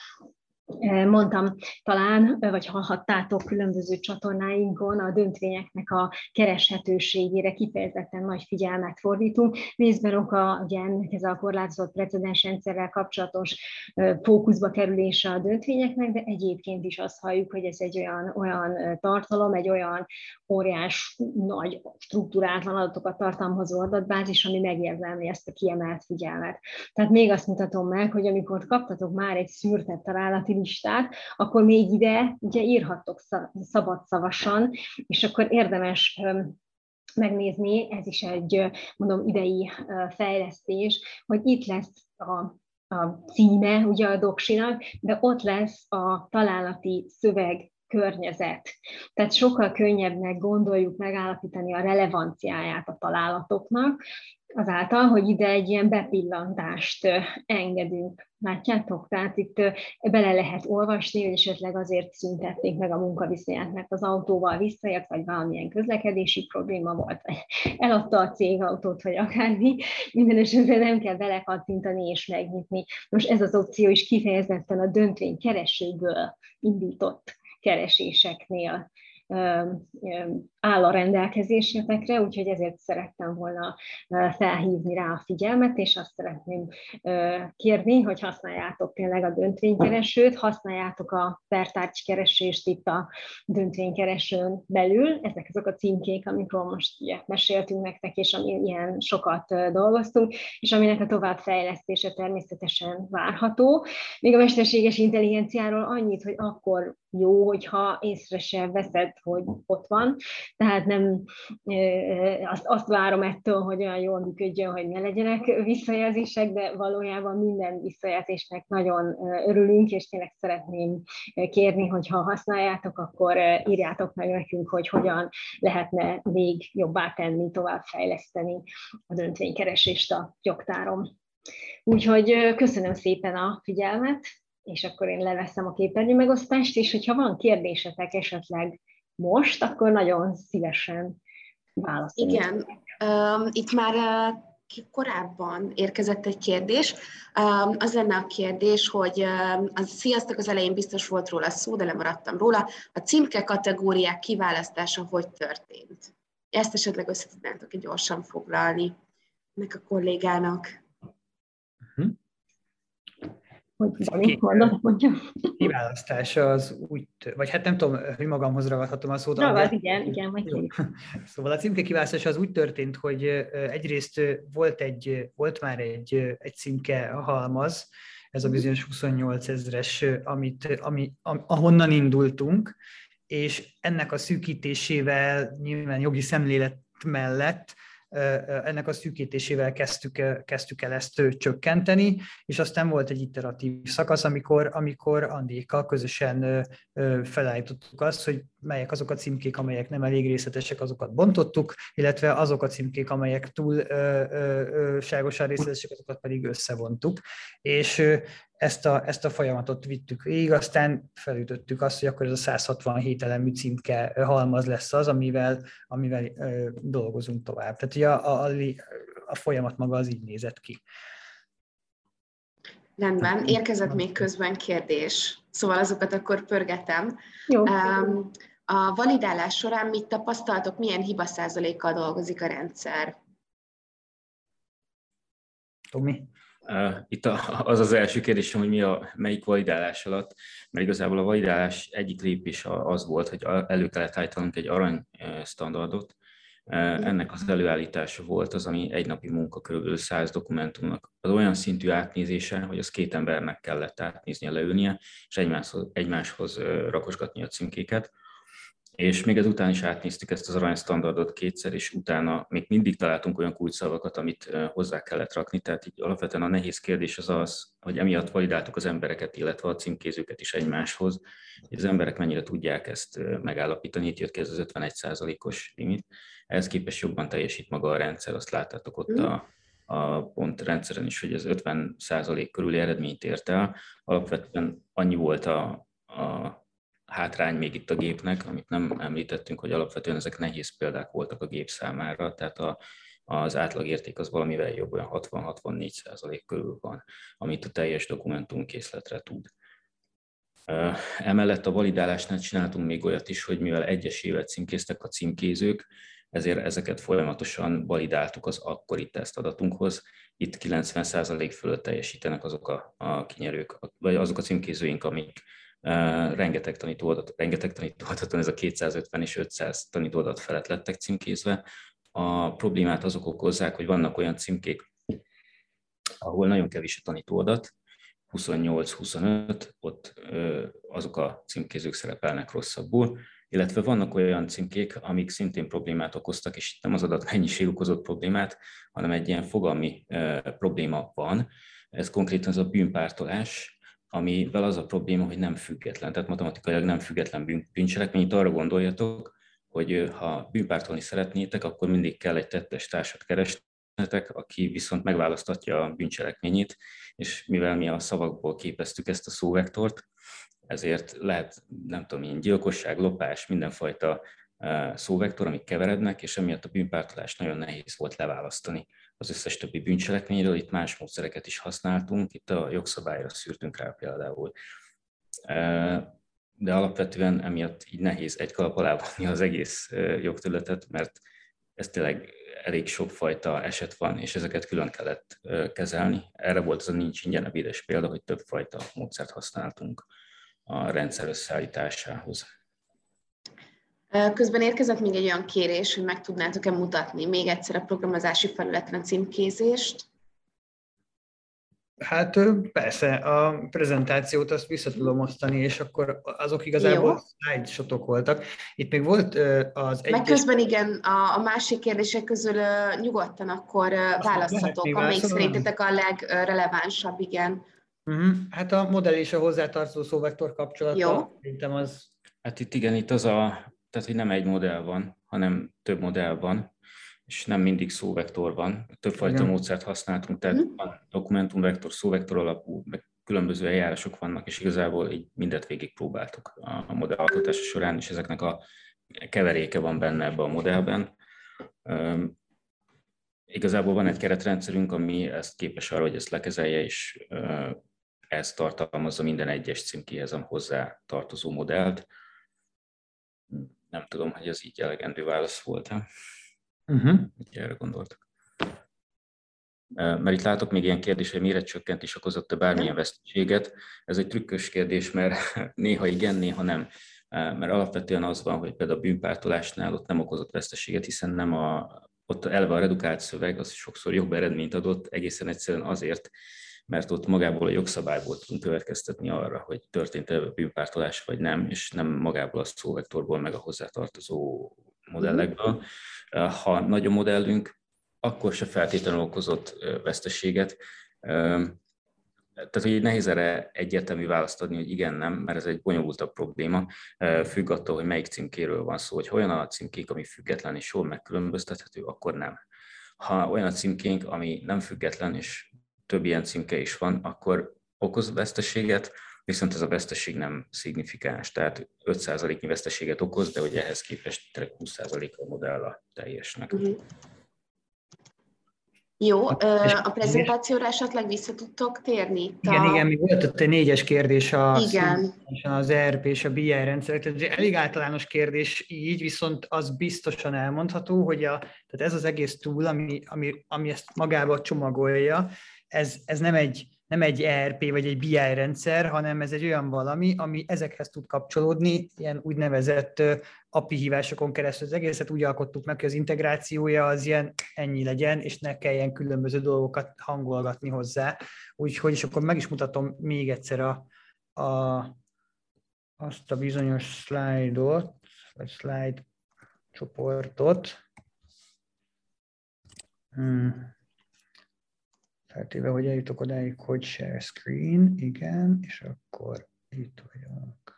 mondtam talán, vagy hallhattátok különböző csatornáinkon, a döntvényeknek a kereshetőségére kifejezetten nagy figyelmet fordítunk. Részben oka ugye ennek ez a korlátozott precedensrendszerrel kapcsolatos fókuszba kerülése a döntvényeknek, de egyébként is azt halljuk, hogy ez egy olyan, olyan tartalom, egy olyan óriás, nagy, struktúrátlan adatokat tartalmazó adatbázis, ami megérdemli ezt a kiemelt figyelmet. Tehát még azt mutatom meg, hogy amikor kaptatok már egy szűrtett találati listát, akkor még ide ugye írhattok szabadszavasan, és akkor érdemes megnézni, ez is egy, mondom, idei fejlesztés, hogy itt lesz a, a címe ugye a doksinak, de ott lesz a találati szöveg környezet. Tehát sokkal könnyebbnek gondoljuk megállapítani a relevanciáját a találatoknak, azáltal, hogy ide egy ilyen bepillantást engedünk. Látjátok? Tehát itt bele lehet olvasni, hogy esetleg azért szüntették meg a munkaviszonyát, mert az autóval visszaért, vagy valamilyen közlekedési probléma volt, vagy eladta a cégautót, vagy akármi. Minden esetben nem kell belekattintani és megnyitni. Most ez az opció is kifejezetten a döntvénykeresőből indított kereséseknél áll a rendelkezésetekre, úgyhogy ezért szerettem volna felhívni rá a figyelmet, és azt szeretném kérni, hogy használjátok tényleg a döntvénykeresőt, használjátok a pertárgykeresést itt a döntvénykeresőn belül. Ezek azok a címkék, amikről most ugye meséltünk nektek, és ami ilyen sokat dolgoztunk, és aminek a továbbfejlesztése természetesen várható. Még a mesterséges intelligenciáról annyit, hogy akkor jó, hogyha észre se veszed, hogy ott van. Tehát nem azt, azt várom ettől, hogy olyan jól működjön, hogy ne legyenek visszajelzések, de valójában minden visszajelzésnek nagyon örülünk, és tényleg szeretném kérni, hogy ha használjátok, akkor írjátok meg nekünk, hogy hogyan lehetne még jobbá tenni, továbbfejleszteni a döntvénykeresést a jogtáron. Úgyhogy köszönöm szépen a figyelmet, és akkor én leveszem a képernyő megosztást, és hogyha van kérdésetek esetleg most, akkor nagyon szívesen válaszolok. Igen, uh, itt már uh, korábban érkezett egy kérdés. Uh, az lenne a kérdés, hogy uh, az, sziasztok, az elején biztos volt róla szó, de lemaradtam róla. A címke kategóriák kiválasztása hogy történt? Ezt esetleg össze tudnátok egy gyorsan foglalni ennek a kollégának. Uh-huh. Hogy mondom, mondjam. Kiválasztása az úgy, vagy hát nem tudom, hogy magamhoz ragadhatom a szót. Ragad, igen, igen, majd Szóval a címke kiválasztása az úgy történt, hogy egyrészt volt, egy, volt már egy, egy címke halmaz, ez a bizonyos huszonnyolc ezres, amit, ami, ahonnan indultunk, és ennek a szűkítésével, nyilván jogi szemlélet mellett, ennek a szűkítésével kezdtük, kezdtük el ezt csökkenteni, és aztán volt egy iteratív szakasz, amikor, amikor Andékkal közösen felállítottuk azt, hogy melyek azok a címkék, amelyek nem elég részletesek, azokat bontottuk, illetve azok a címkék, amelyek túlságosan részletesek, azokat pedig összevontuk. És ezt a, ezt a folyamatot vittük végig, aztán felütöttük azt, hogy akkor ez a száz hatvanhét elemű címke halmaz lesz az, amivel, amivel ö, dolgozunk tovább. Tehát ugye a, a, a folyamat maga az így nézett ki. Rendben, érkezett még közben kérdés, szóval azokat akkor pörgetem. Jó. Um, a validálás során mit tapasztaltok, milyen hibaszázalékkal dolgozik a rendszer? Tomi? Itt az az első kérdésem, hogy mi a, melyik validálás alatt, mert igazából a validálás egyik lépés az volt, hogy elő kellett állítanunk egy arany standardot. Ennek az előállítása volt az, ami egy napi munka, körülbelül száz dokumentumnak az olyan szintű átnézése, hogy az két embernek kellett átnéznie, leülnie, és egymáshoz, egymáshoz rakosgatni a címkéket. És még ezután is átnéztük ezt az arany standardot kétszer, és utána még mindig találtunk olyan kulcsszavakat, amit hozzá kellett rakni. Tehát így alapvetően a nehéz kérdés az az, hogy emiatt validáltuk az embereket, illetve a címkézőket is egymáshoz, hogy az emberek mennyire tudják ezt megállapítani. Itt jött ki ez az ötvenegy százalékos limit. Ehhez képest jobban teljesít maga a rendszer, azt láttátok ott a, a pont rendszeren is, hogy ez ötven százalék körüli eredményt ért el. Alapvetően annyi volt a, a hátrány még itt a gépnek, amit nem említettünk, hogy alapvetően ezek nehéz példák voltak a gép számára, tehát a, az átlagérték az valamivel jobb, olyan hatvan-hatvannégy százalék körül van, amit a teljes dokumentumkészletre tud. Emellett a validálásnál csináltunk még olyat is, hogy mivel egyesével címkéztek a címkézők, ezért ezeket folyamatosan validáltuk az akkori tesztadatunkhoz. Itt kilencven százalék fölött teljesítenek azok a, a kinyerők, vagy azok a címkézőink, amik Uh, rengeteg tanítóadat, rengeteg tanítóadaton, ez a kétszázötven és ötszáz tanítóadat felett lettek címkézve. A problémát azok okozzák, hogy vannak olyan címkék, ahol nagyon kevés a tanítóadat, huszonnyolc-huszonöt, ott uh, azok a címkézők szerepelnek rosszabbul, illetve vannak olyan címkék, amik szintén problémát okoztak, és itt nem az adatmennyiség okozott problémát, hanem egy ilyen fogalmi uh, probléma van. Ez konkrétan az a bűnpártolás, amivel az a probléma, hogy nem független, tehát matematikailag nem független bűncselekmény. Itt arra gondoljatok, hogy ha bűnpártolni szeretnétek, akkor mindig kell egy tettes társat keresnetek, aki viszont megválasztatja a bűncselekményét, és mivel mi a szavakból képeztük ezt a szóvektort, ezért lehet, nem tudom, ilyen gyilkosság, lopás, mindenfajta szóvektor, amik keverednek, és emiatt a bűnpártolást nagyon nehéz volt leválasztani az összes többi bűncselekményről. Itt más módszereket is használtunk, itt a jogszabályra szűrtünk rá például. De alapvetően emiatt így nehéz egy kalap alá vonni az egész jogterületet, mert ez tényleg elég sokfajta eset van, és ezeket külön kellett kezelni. Erre volt az a nincs ingyen ebédes példa, hogy többfajta módszert használtunk a rendszer összeállításához. Közben érkezett még egy olyan kérés, hogy meg tudnátok-e mutatni még egyszer a programozási felületen a címkézést? Hát persze, a prezentációt azt vissza tudom osztani, és akkor azok igazából slide-shotok voltak. Itt még volt az egy... Meg közben igen, a, a másik kérdések közül nyugodtan akkor választhatok, amelyik szerintetek a legrelevánsabb, igen. Uh-huh. Hát a modell és a hozzátartozó szóvektor kapcsolata, jó. Szerintem az... Hát itt igen, itt az a... Tehát, hogy nem egy modell van, hanem több modell van, és nem mindig szóvektor van. Többfajta igen. módszert használtunk, tehát mm. van dokumentumvektor, szóvektor alapú, meg különböző eljárások vannak, és igazából így mindet végig próbáltuk a modell alkotása során, és ezeknek a keveréke van benne ebben a modellben. Üm, igazából van egy keretrendszerünk, ami ezt képes arra, hogy ezt lekezelje, és uh, ezt tartalmazza minden egyes címkéhez a hozzá tartozó modellt. Nem tudom, hogy ez így elegendő válasz volt. Uh-huh. Erre gondoltak. Mert itt látok még ilyen kérdés, hogy méretcsökkentés okozott-e bármilyen veszteséget. Ez egy trükkös kérdés, mert néha igen, néha nem. Mert alapvetően az van, hogy például a bűnpártolásnál ott nem okozott veszteséget, hiszen nem a, ott eleve a redukált szöveg az sokszor jobb eredményt adott, egészen egyszerűen azért, mert ott magából a jogszabályból tudunk következtetni arra, hogy történt-e bűnpártolás vagy nem, és nem magából a szóvektorból, meg a hozzátartozó modellekből. Ha nagy a modellünk, akkor se feltétlenül okozott veszteséget. Tehát, hogy nehéz erre egyértelmű választ adni, hogy igen, nem, mert ez egy bonyolultabb probléma, függ attól, hogy melyik címkéről van szó, hogy olyan a címkék, ami független és jól megkülönböztethető, akkor nem. Ha olyan a címkénk, ami nem független, és több ilyen címke is van, akkor okoz veszteséget, viszont ez a veszteség nem szignifikáns, tehát öt százaléknyi veszteséget okoz, de ugye ehhez képest húsz százalék a modell a teljesnek. Uh-huh. Jó, a prezentációra esetleg vissza tudtok térni? Igen, a... igen, még volt ott egy négyes kérdés a igen. az E R P és a B I rendszerek. Ez egy elég általános kérdés így, viszont az biztosan elmondható, hogy a, tehát ez az egész tool, ami, ami, ami ezt magába csomagolja, ez, ez nem egy nem egy E R P vagy egy B I rendszer, hanem ez egy olyan valami, ami ezekhez tud kapcsolódni, ilyen úgynevezett á pé i hívásokon keresztül. Az egészet úgy alkottuk meg, hogy az integrációja az ilyen ennyi legyen, és ne kelljen különböző dolgokat hangolgatni hozzá. Úgyhogy, és akkor meg is mutatom még egyszer a, a, azt a bizonyos slide-ot, vagy slide csoportot. Hmm. Feltéve, hogy eljutok odáig, hogy share screen, igen, és akkor itt vagyok.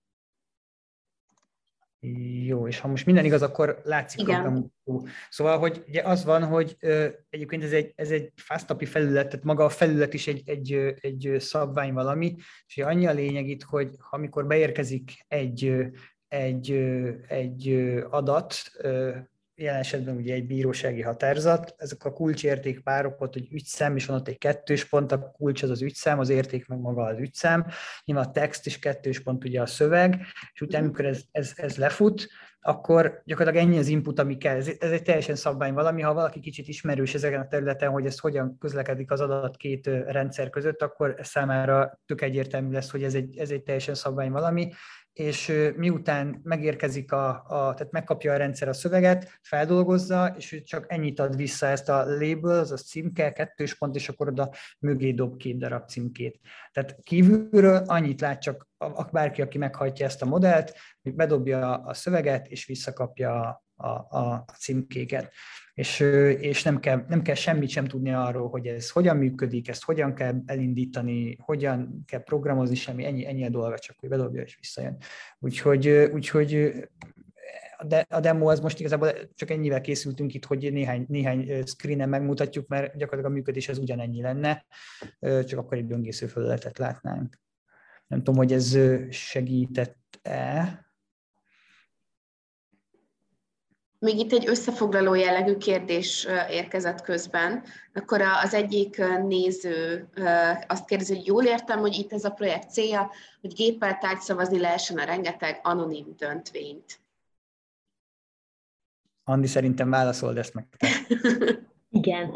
Jó, és ha most minden igaz, akkor látszik, igen. A bemutató. Szóval, hogy ugye az van, hogy ö, egyébként ez egy, ez egy FastAPI felület, tehát maga a felület is egy, egy, egy szabvány valami, és annyi a lényeg itt, hogy amikor beérkezik egy, egy, egy adat, jelen esetben ugye egy bírósági határozat, ezek a kulcsértékpárok, ott egy ügyszám, és van ott egy kettős pont, a kulcs az az ügyszám, az érték meg maga az ügyszám, nyilván a text is kettős pont ugye a szöveg, és utána, amikor ez, ez, ez lefut, akkor gyakorlatilag ennyi az input, ami kell. Ez, ez egy teljesen szabvány valami, ha valaki kicsit ismerős ezeken a területen, hogy ez hogyan közlekedik az adat két rendszer között, akkor számára tök egyértelmű lesz, hogy ez egy, ez egy teljesen szabvány valami, és miután megérkezik, a, a, tehát megkapja a rendszer a szöveget, feldolgozza, és csak ennyit ad vissza, ezt a label, az a címke, kettős pont, és akkor oda mögé dob két darab címkét. Tehát kívülről annyit lát csak a, bárki, aki meghajtja ezt a modellt, hogy bedobja a szöveget, és visszakapja a, a, a címkéket. És, és nem, kell, nem kell semmit sem tudni arról, hogy ez hogyan működik, ezt hogyan kell elindítani, hogyan kell programozni, semmi, ennyi, ennyi a dolga, csak hogy bedobja és visszajön. Úgyhogy, úgyhogy a demo az most igazából csak ennyivel készültünk itt, hogy néhány, néhány screenen megmutatjuk, mert gyakorlatilag a működés ez ugyanennyi lenne, csak akkor egy böngésző felületet látnánk. Nem tudom, hogy ez segített-e. Még itt egy összefoglaló jellegű kérdés érkezett közben. Akkor az egyik néző azt kérdezi, hogy jól értem, hogy itt ez a projekt célja, hogy géppel tárgyszavazni lehessen a rengeteg anonim döntvényt. Andi, szerintem válaszold ezt meg te. Igen.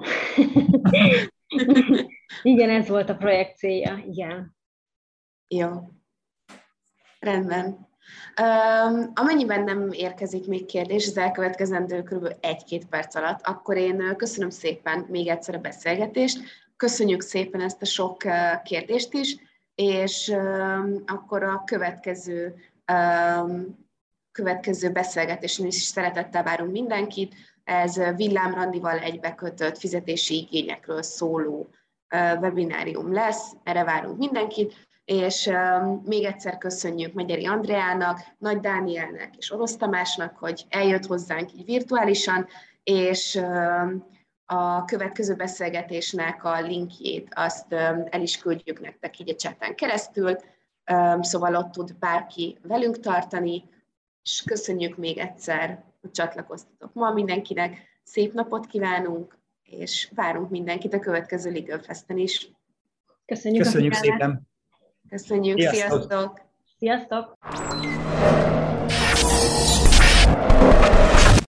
Igen, ez volt a projekt célja, igen. Jó. Rendben. Um, amennyiben nem érkezik még kérdés az elkövetkezendő kb. egy-két perc alatt, akkor én köszönöm szépen még egyszer a beszélgetést, köszönjük szépen ezt a sok uh, kérdést is, és um, akkor a következő, um, következő beszélgetésen is szeretettel várunk mindenkit. Ez Villám Randival egybekötött fizetési igényekről szóló uh, webinárium lesz, erre várunk mindenkit. És um, még egyszer köszönjük Megyeri Andreának, Nagy Dánielnek és Orosz Tamásnak, hogy eljött hozzánk így virtuálisan, és um, a következő beszélgetésnek a linkjét azt um, el is küldjük nektek így a chaten keresztül, um, szóval ott tud bárki velünk tartani, és köszönjük még egyszer, hogy csatlakoztatok ma mindenkinek, szép napot kívánunk, és várunk mindenkit a következő Legal Festen is. Köszönjük, Köszönjük szépen! Köszönjük, sziasztok! Sziasztok!